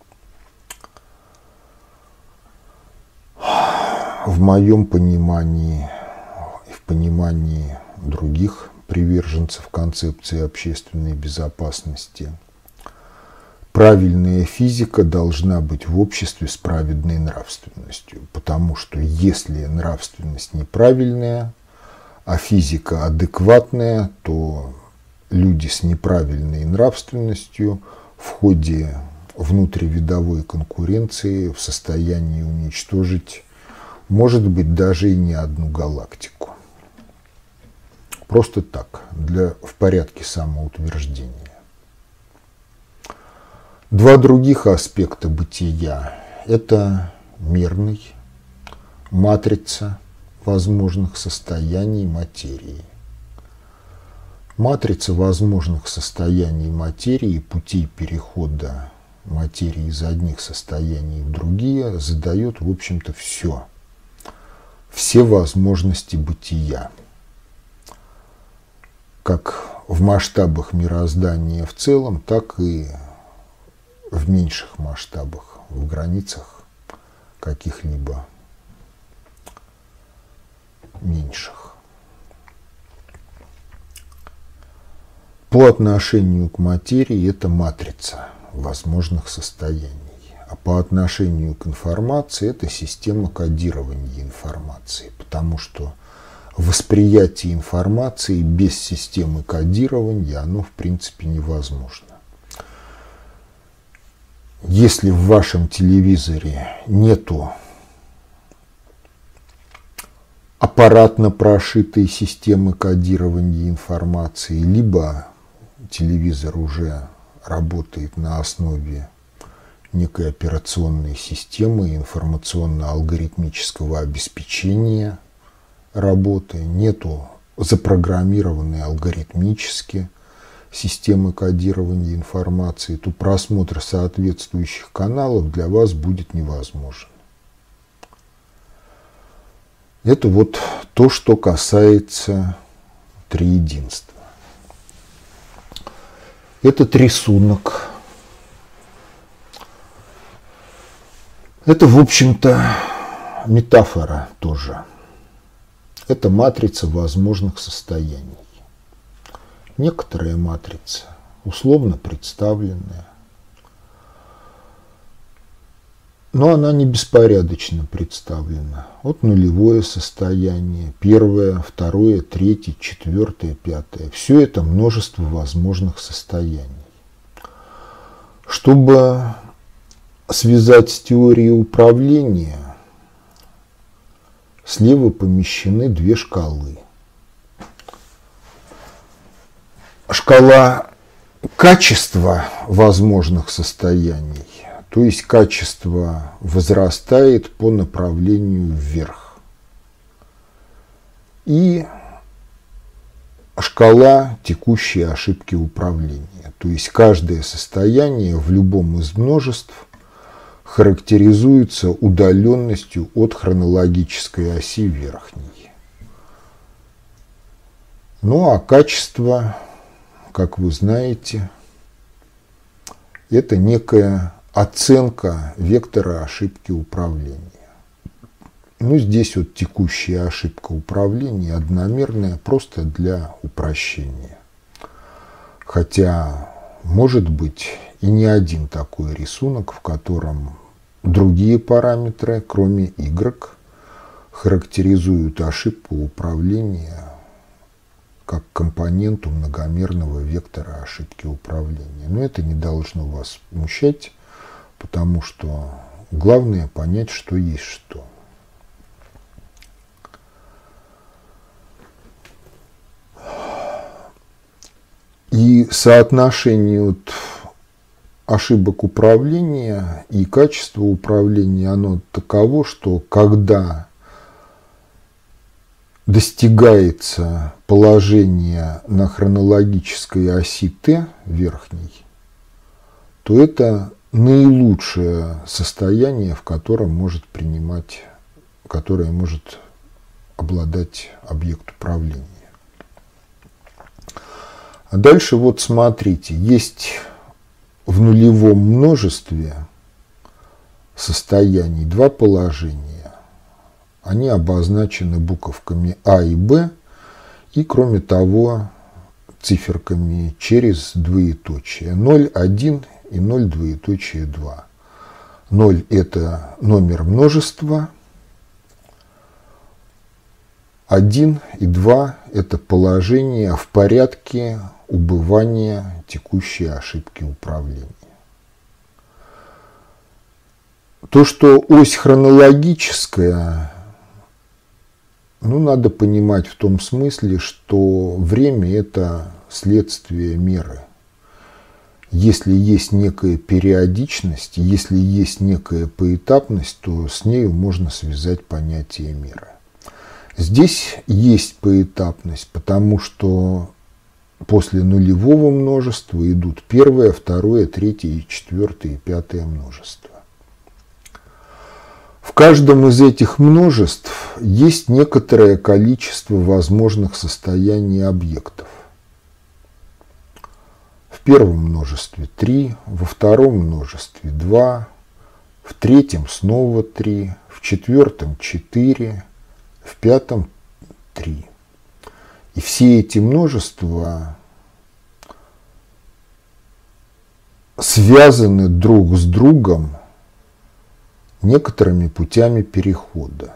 в моем понимании и в понимании других приверженцев концепции общественной безопасности правильная физика должна быть в обществе с праведной нравственностью, потому что если нравственность неправильная, а физика адекватная, то люди с неправильной нравственностью в ходе внутривидовой конкуренции в состоянии уничтожить, может быть, даже и не одну галактику. Просто так, для, в порядке самоутверждения. Два других аспекта бытия – это мерный, матрица возможных состояний материи. Матрица возможных состояний материи и путей перехода материи из одних состояний в другие задает, в общем-то, все. Все возможности бытия. как в масштабах мироздания в целом, так и в меньших масштабах, в границах каких-либо меньших. По отношению к материи это матрица возможных состояний, а по отношению к информации это система кодирования информации, потому что восприятие информации без системы кодирования, оно в принципе невозможно. Если в вашем телевизоре нету аппаратно прошитой системы кодирования информации, либо телевизор уже работает на основе некой операционной системы информационно-алгоритмического обеспечения работы, нету запрограммированной алгоритмически системы кодирования информации, то просмотр соответствующих каналов для вас будет невозможен. Это вот то, что касается триединства. Этот рисунок, это, в общем-то, метафора тоже. Это матрица возможных состояний. Некоторая матрица, условно представленная, но она не беспорядочно представлена. Вот нулевое состояние, первое, второе, третье, четвертое, пятое. Все это множество возможных состояний. Чтобы связать с теорией управления, слева помещены две шкалы. Шкала качества возможных состояний, то есть качество возрастает по направлению вверх. И шкала текущей ошибки управления, то есть каждое состояние в любом из множеств характеризуется удаленностью от хронологической оси верхней. Ну а качество, как вы знаете, это некая оценка вектора ошибки управления. Ну, здесь вот текущая ошибка управления одномерная, просто для упрощения. Хотя, может быть, и не один такой рисунок, в котором другие параметры, кроме y, характеризуют ошибку управления как компоненту многомерного вектора ошибки управления. Но это не должно вас смущать, потому что главное понять, что есть что. И соотношение вот ошибок управления и качества управления, оно таково, что когда достигается положение на хронологической оси t верхней, то это наилучшее состояние, в котором может принимать, которое может обладать объект управления. А дальше вот смотрите, есть в нулевом множестве состояний два положения. Они обозначены буковками А и Б, и кроме того циферками через двоеточие. ноль, один и ноль, двоеточие, два. ноль – это номер множества, один и два – это положение в порядке убывания текущей ошибки управления. То, что ось хронологическая, ну, надо понимать в том смысле, что время – это следствие меры. Если есть некая периодичность, если есть некая поэтапность, то с нею можно связать понятие меры. Здесь есть поэтапность, потому что после нулевого множества идут первое, второе, третье, четвертое и пятое множество. В каждом из этих множеств есть некоторое количество возможных состояний объектов. первом множестве три, во втором множестве два, в третьем снова три, в четвертом четыре, в пятом три. И все эти множества связаны друг с другом некоторыми путями перехода.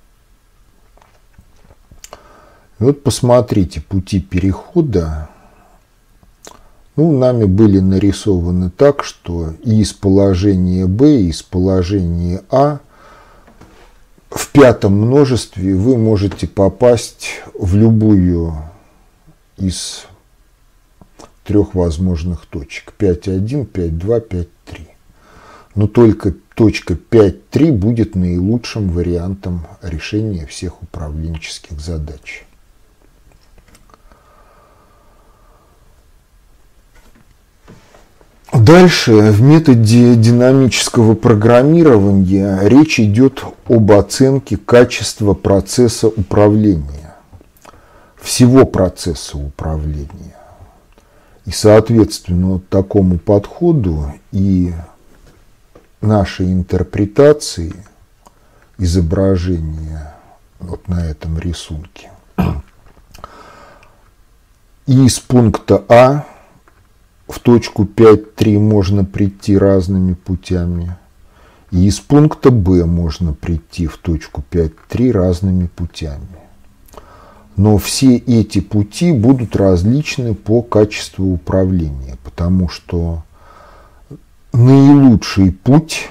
И вот посмотрите, пути перехода, ну, нами были нарисованы так, что и из положения b, и из положения a в пятом множестве вы можете попасть в любую из трех возможных точек. пять один, пять два, пять три. Но только точка пять три будет наилучшим вариантом решения всех управленческих задач. Дальше в методе динамического программирования речь идет об оценке качества процесса управления, всего процесса управления. И, соответственно, вот такому подходу и нашей интерпретации изображения вот на этом рисунке. И из пункта А в точку пять три можно прийти разными путями. И из пункта Б можно прийти в точку пять три разными путями. Но все эти пути будут различны по качеству управления, потому что наилучший путь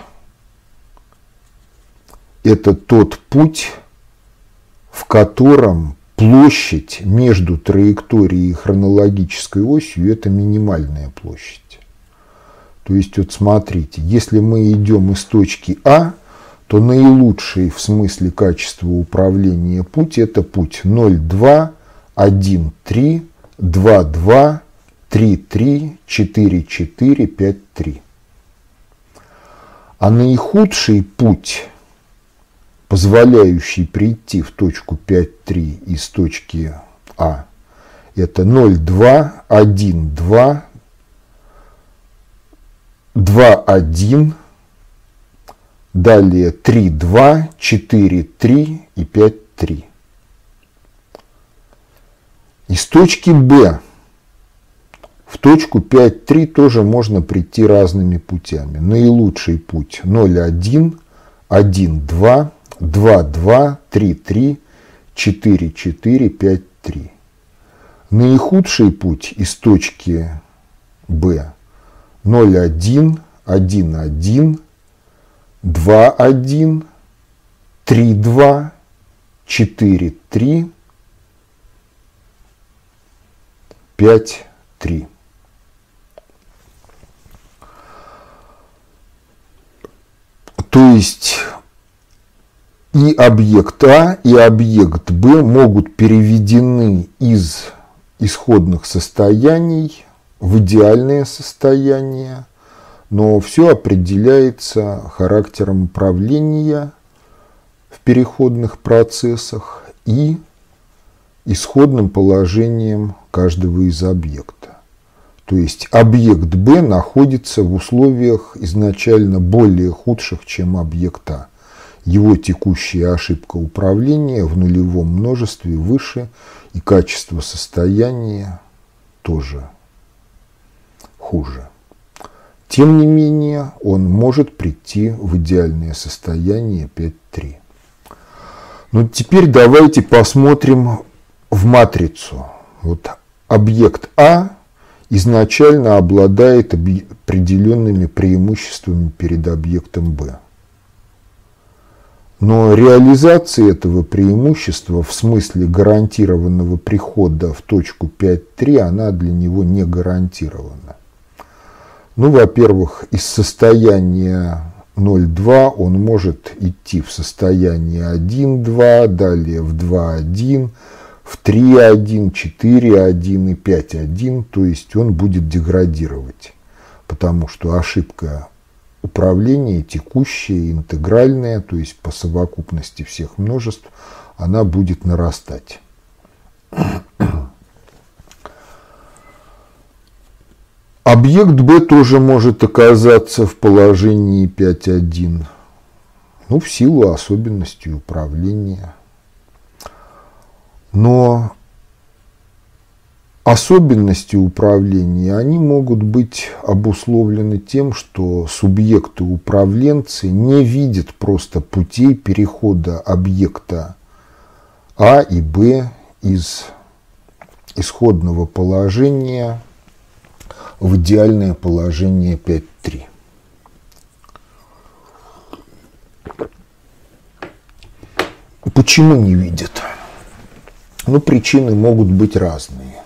– это тот путь, в котором площадь между траекторией и хронологической осью – это минимальная площадь. То есть, вот смотрите, если мы идем из точки А, то наилучший в смысле качества управления путь – это путь ноль два, один три, два два, три три, четыре четыре, пять три. А наихудший путь, позволяющий прийти в точку пять три из точки А, это ноль два, один два, два один, далее три два, четыре три и пять три. Из точки Б в точку пять три тоже можно прийти разными путями. Наилучший путь ноль один, один два, два два, три три, четыре четыре, пять три. Наихудший путь из точки Б ноль один, один один, два один, три два, четыре три, пять три. То есть и объект А, и объект Б могут переведены из исходных состояний в идеальное состояние, но все определяется характером управления в переходных процессах и исходным положением каждого из объекта. То есть объект Б находится в условиях изначально более худших, чем объект А. Его текущая ошибка управления в нулевом множестве выше, и качество состояния тоже хуже. Тем не менее, он может прийти в идеальное состояние пять три. Но теперь давайте посмотрим в матрицу. Вот объект А изначально обладает определенными преимуществами перед объектом Б. Но реализация этого преимущества в смысле гарантированного прихода в точку пять три, она для него не гарантирована. Ну, во-первых, из состояния ноль два он может идти в состояние один два, далее в два один, в три один, четыре один и пять один, то есть он будет деградировать, потому что ошибка управления текущая, интегральная, то есть по совокупности всех множеств, она будет нарастать. А Объект B тоже может оказаться в положении пять один, ну, в силу особенностей управления. Но особенности управления, они могут быть обусловлены тем, что субъекты-управленцы не видят просто путей перехода объекта А и Б из исходного положения в идеальное положение пять три. Почему не видят? Ну, причины могут быть разные.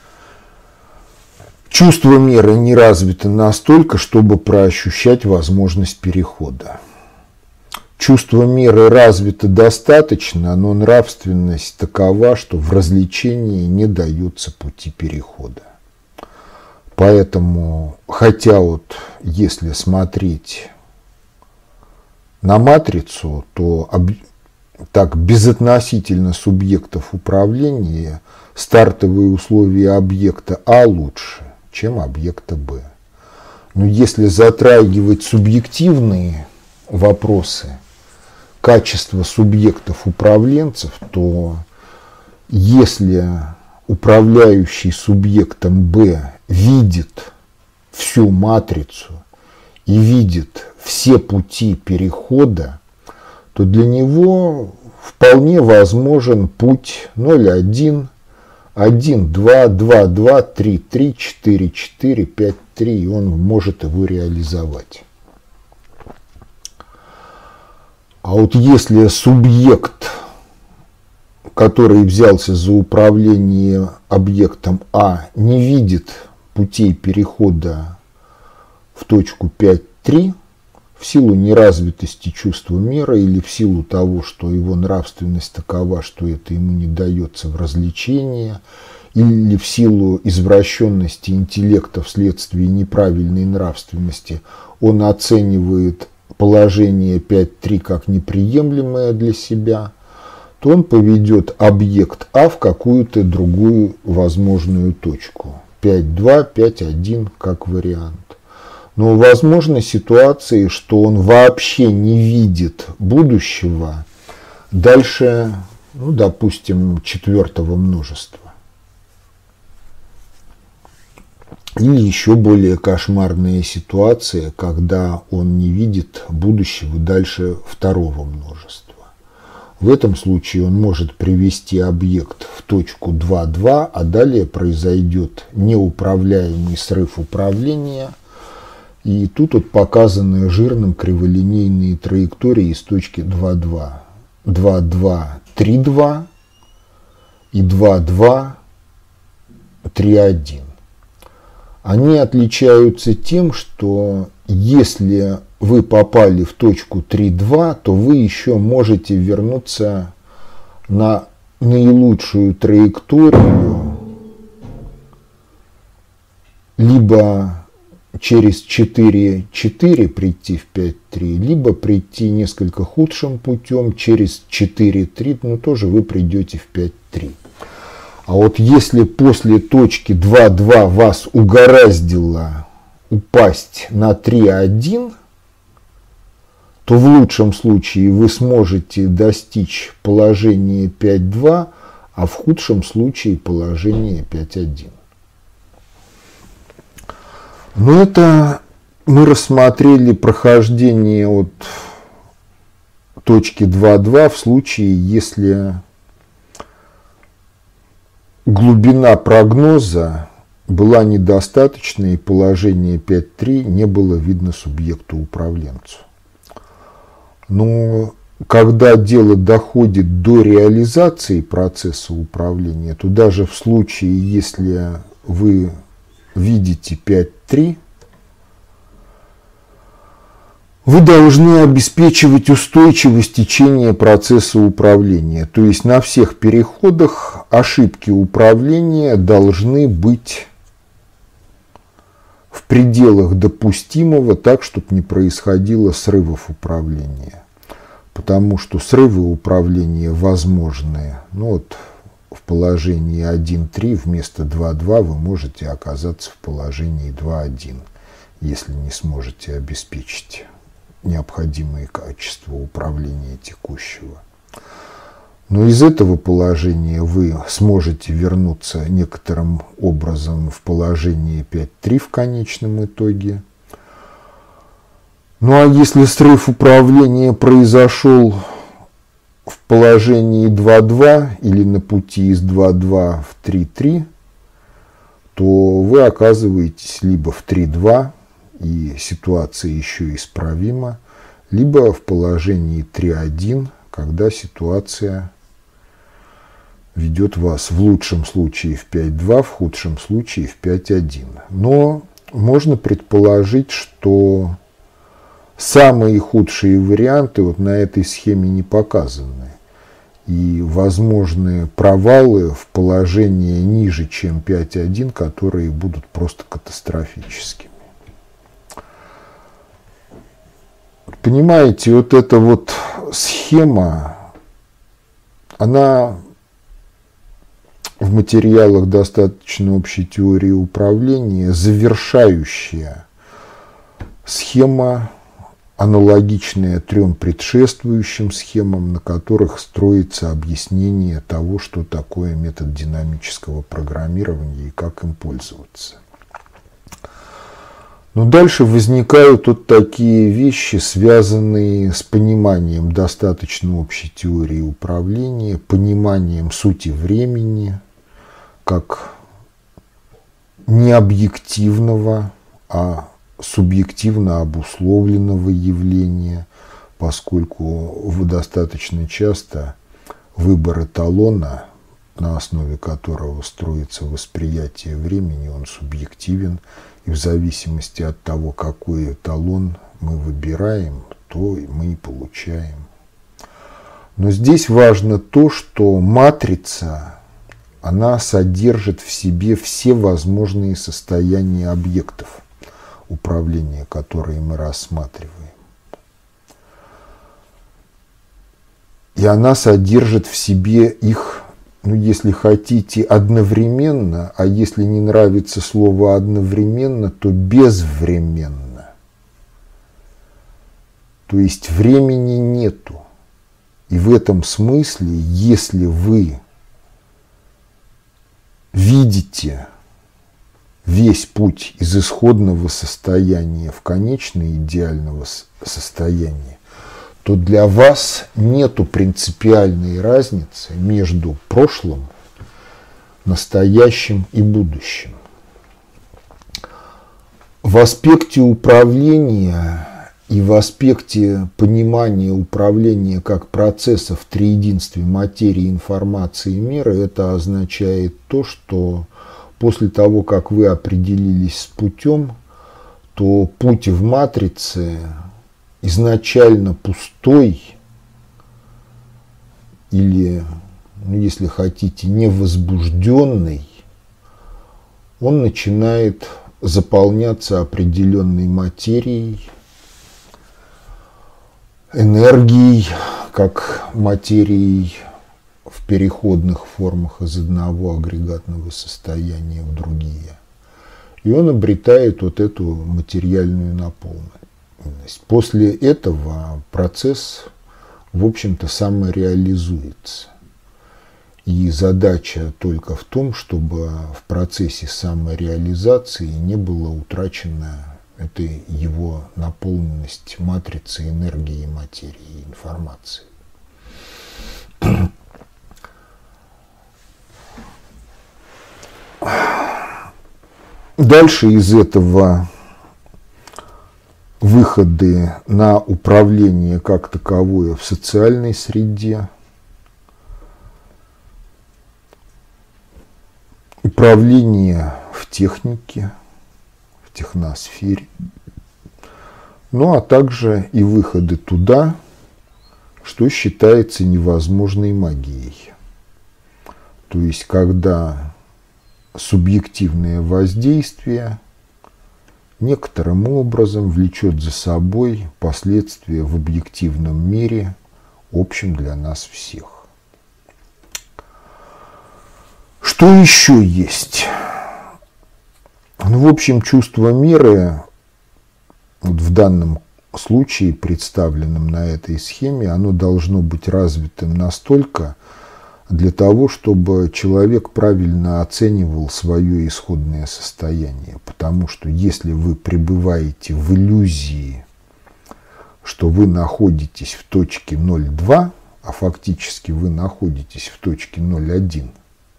Чувство меры не развито настолько, чтобы проощущать возможность перехода. Чувство меры развито достаточно, но нравственность такова, что в развлечении не дается пути перехода. Поэтому, хотя вот если смотреть на матрицу, то об... так безотносительно субъектов управления стартовые условия объекта А лучше, чем объекта Б. Но если затрагивать субъективные вопросы качества субъектов-управленцев, то если управляющий субъектом Б видит всю матрицу и видит все пути перехода, то для него вполне возможен путь ноль один, один два, два два, три три, четыре четыре, пять три, и он может его реализовать. А вот если субъект, который взялся за управление объектом А, не видит путей перехода в точку пять три, в силу неразвитости чувства меры или в силу того, что его нравственность такова, что это ему не дается в развлечении, или в силу извращенности интеллекта вследствие неправильной нравственности, он оценивает положение пять три как неприемлемое для себя, то он поведет объект А в какую-то другую возможную точку. пять два, пять один как вариант. Но возможны ситуации, что он вообще не видит будущего дальше, ну, допустим, четвертого множества. Или еще более кошмарная ситуация, когда он не видит будущего дальше второго множества. В этом случае он может привести объект в точку два два, а далее произойдет неуправляемый срыв управления. И тут вот показаны жирным криволинейные траектории из точки два два. два два, три два и два два, три один. Они отличаются тем, что если вы попали в точку три два, то вы еще можете вернуться на наилучшую траекторию либо через четыре четыре прийти в пять три, либо прийти несколько худшим путем через четыре три, но тоже вы придете в пять три. А вот если после точки два два вас угораздило упасть на три один, то в лучшем случае вы сможете достичь положения пять два, а в худшем случае положения пять один. Но это мы рассмотрели прохождение от точки два два в случае, если глубина прогноза была недостаточной и положение пять три не было видно субъекту-управленцу. Но когда дело доходит до реализации процесса управления, то даже в случае, если вы видите пять три, вы должны обеспечивать устойчивость течения процесса управления. То есть на всех переходах ошибки управления должны быть в пределах допустимого, так, чтобы не происходило срывов управления. Потому что срывы управления возможны, ну вот, в положении один три вместо два два вы можете оказаться в положении два один, если не сможете обеспечить необходимые качества управления текущего. Но из этого положения вы сможете вернуться некоторым образом в положение пять три в конечном итоге. Ну а если срыв управления произошел в положении два два или на пути из два два в три три, то вы оказываетесь либо в три два, и ситуация еще исправима, либо в положении три один, когда ситуация ведет вас в лучшем случае в пять два, в худшем случае в пять один. Но можно предположить, что самые худшие варианты вот на этой схеме не показаны. И возможны провалы в положении ниже, чем пять один, которые будут просто катастрофическими. Понимаете, вот эта вот схема, она в материалах достаточно общей теории управления завершающая схема, аналогичная трем предшествующим схемам, на которых строится объяснение того, что такое метод динамического программирования и как им пользоваться. Но дальше возникают вот такие вещи, связанные с пониманием достаточно общей теории управления, пониманием сути времени как не объективного, а субъективно обусловленного явления, поскольку достаточно часто выбор эталона, на основе которого строится восприятие времени, он субъективен, и в зависимости от того, какой эталон мы выбираем, то мы и получаем. Но здесь важно то, что матрица, она содержит в себе все возможные состояния объектов управления, которые мы рассматриваем. И она содержит в себе их, ну, если хотите, одновременно, а если не нравится слово одновременно, то безвременно. То есть времени нету. И в этом смысле, если вы видите весь путь из исходного состояния в конечное идеального состояния, то для вас нету принципиальной разницы между прошлым, настоящим и будущим. В аспекте управления и в аспекте понимания управления как процесса в триединстве материи, информации и мира, это означает то, что после того, как вы определились с путем, то путь в матрице изначально пустой или, ну, если хотите, невозбужденный, он начинает заполняться определенной материей, энергией, как материей в переходных формах из одного агрегатного состояния в другие. И он обретает вот эту материальную наполненность. После этого процесс, в общем-то, самореализуется. И задача только в том, чтобы в процессе самореализации не была утрачена эта его наполненность матрицы энергии, материи и информации. Дальше из этого выходы на управление как таковое в социальной среде, управление в технике, в техносфере, ну а также и выходы туда, что считается невозможной магией. То есть, когда субъективное воздействие некоторым образом влечет за собой последствия в объективном мире, общем для нас всех. Что еще есть? Ну, в общем, чувство меры вот в данном случае, представленном на этой схеме, оно должно быть развитым настолько для того, чтобы человек правильно оценивал свое исходное состояние. Потому что если вы пребываете в иллюзии, что вы находитесь в точке ноль два, а фактически вы находитесь в точке ноль один,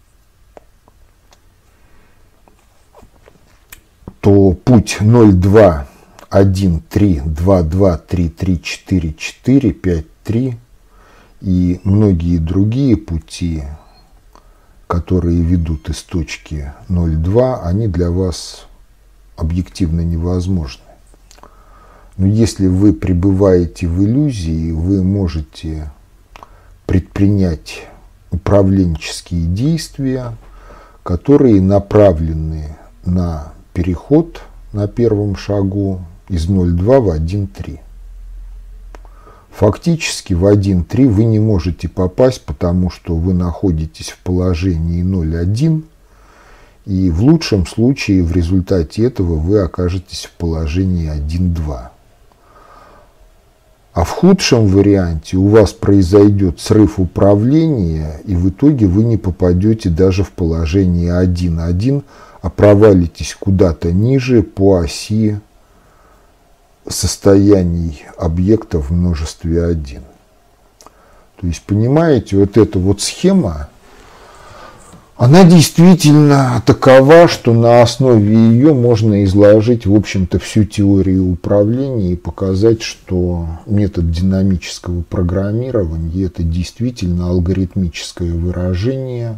то путь ноль два, один, три, два, два, три, три, четыре, четыре, пять, три и многие другие пути, которые ведут из точки ноль два, они для вас объективно невозможны. Но если вы пребываете в иллюзии, вы можете предпринять управленческие действия, которые направлены на переход на первом шагу из ноль два в один три. Фактически в один три вы не можете попасть, потому что вы находитесь в положении ноль один, и в лучшем случае в результате этого вы окажетесь в положении один два. А в худшем варианте у вас произойдет срыв управления, и в итоге вы не попадете даже в положение один один, а провалитесь куда-то ниже по оси состояний объекта в множестве один. То есть, понимаете, вот эта вот схема, она действительно такова, что на основе ее можно изложить, в общем-то, всю теорию управления и показать, что метод динамического программирования – это действительно алгоритмическое выражение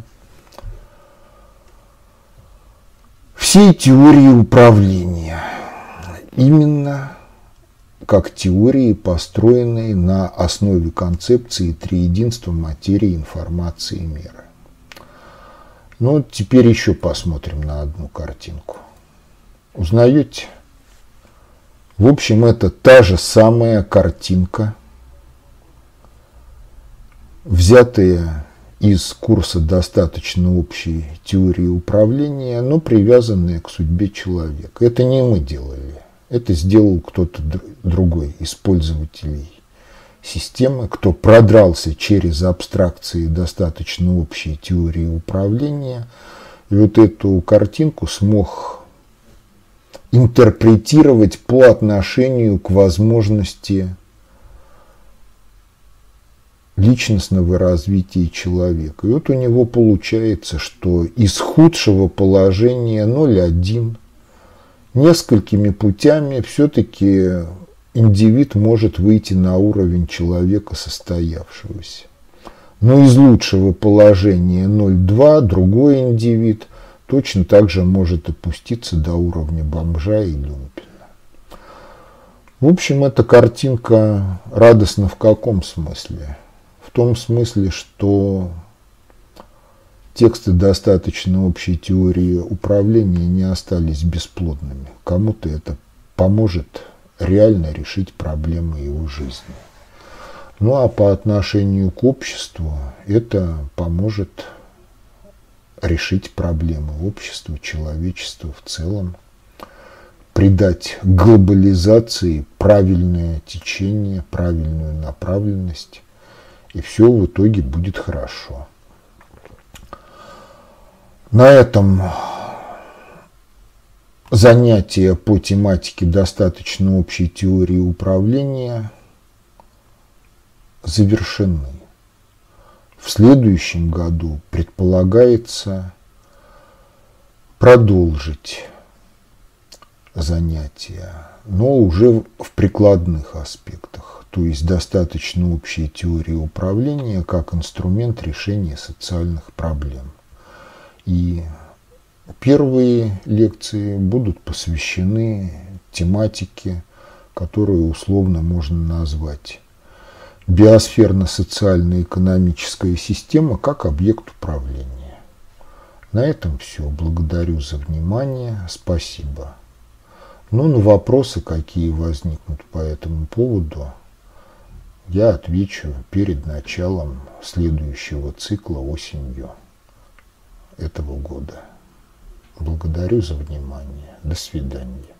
всей теории управления, именно как теории, построенной на основе концепции триединства материи, информации и меры. Ну, теперь еще посмотрим на одну картинку. Узнаете? В общем, это та же самая картинка, взятая из курса достаточно общей теории управления, но привязанная к судьбе человека. Это не мы делали. Это сделал кто-то другой из пользователей системы, кто продрался через абстракции достаточно общей теории управления, и вот эту картинку смог интерпретировать по отношению к возможности личностного развития человека. И вот у него получается, что из худшего положения ноль один несколькими путями все-таки индивид может выйти на уровень человека состоявшегося. Но из лучшего положения ноль два другой индивид точно так же может опуститься до уровня бомжа и люмпина. В общем, эта картинка радостна в каком смысле? В том смысле, что тексты достаточно общей теории управления не остались бесплодными. Кому-то это поможет реально решить проблемы его жизни. Ну а по отношению к обществу это поможет решить проблемы общества, человечества в целом, придать глобализации правильное течение, правильную направленность, и все в итоге будет хорошо. На этом занятия по тематике достаточно общей теории управления завершены. В следующем году предполагается продолжить занятия, но уже в прикладных аспектах, то есть достаточно общей теории управления как инструмент решения социальных проблем. И первые лекции будут посвящены тематике, которую условно можно назвать биосферно-социально-экономическая система как объект управления. На этом все. Благодарю за внимание. Спасибо. Ну, на вопросы, какие возникнут по этому поводу, я отвечу перед началом следующего цикла осенью. этого года. Благодарю за внимание. До свидания.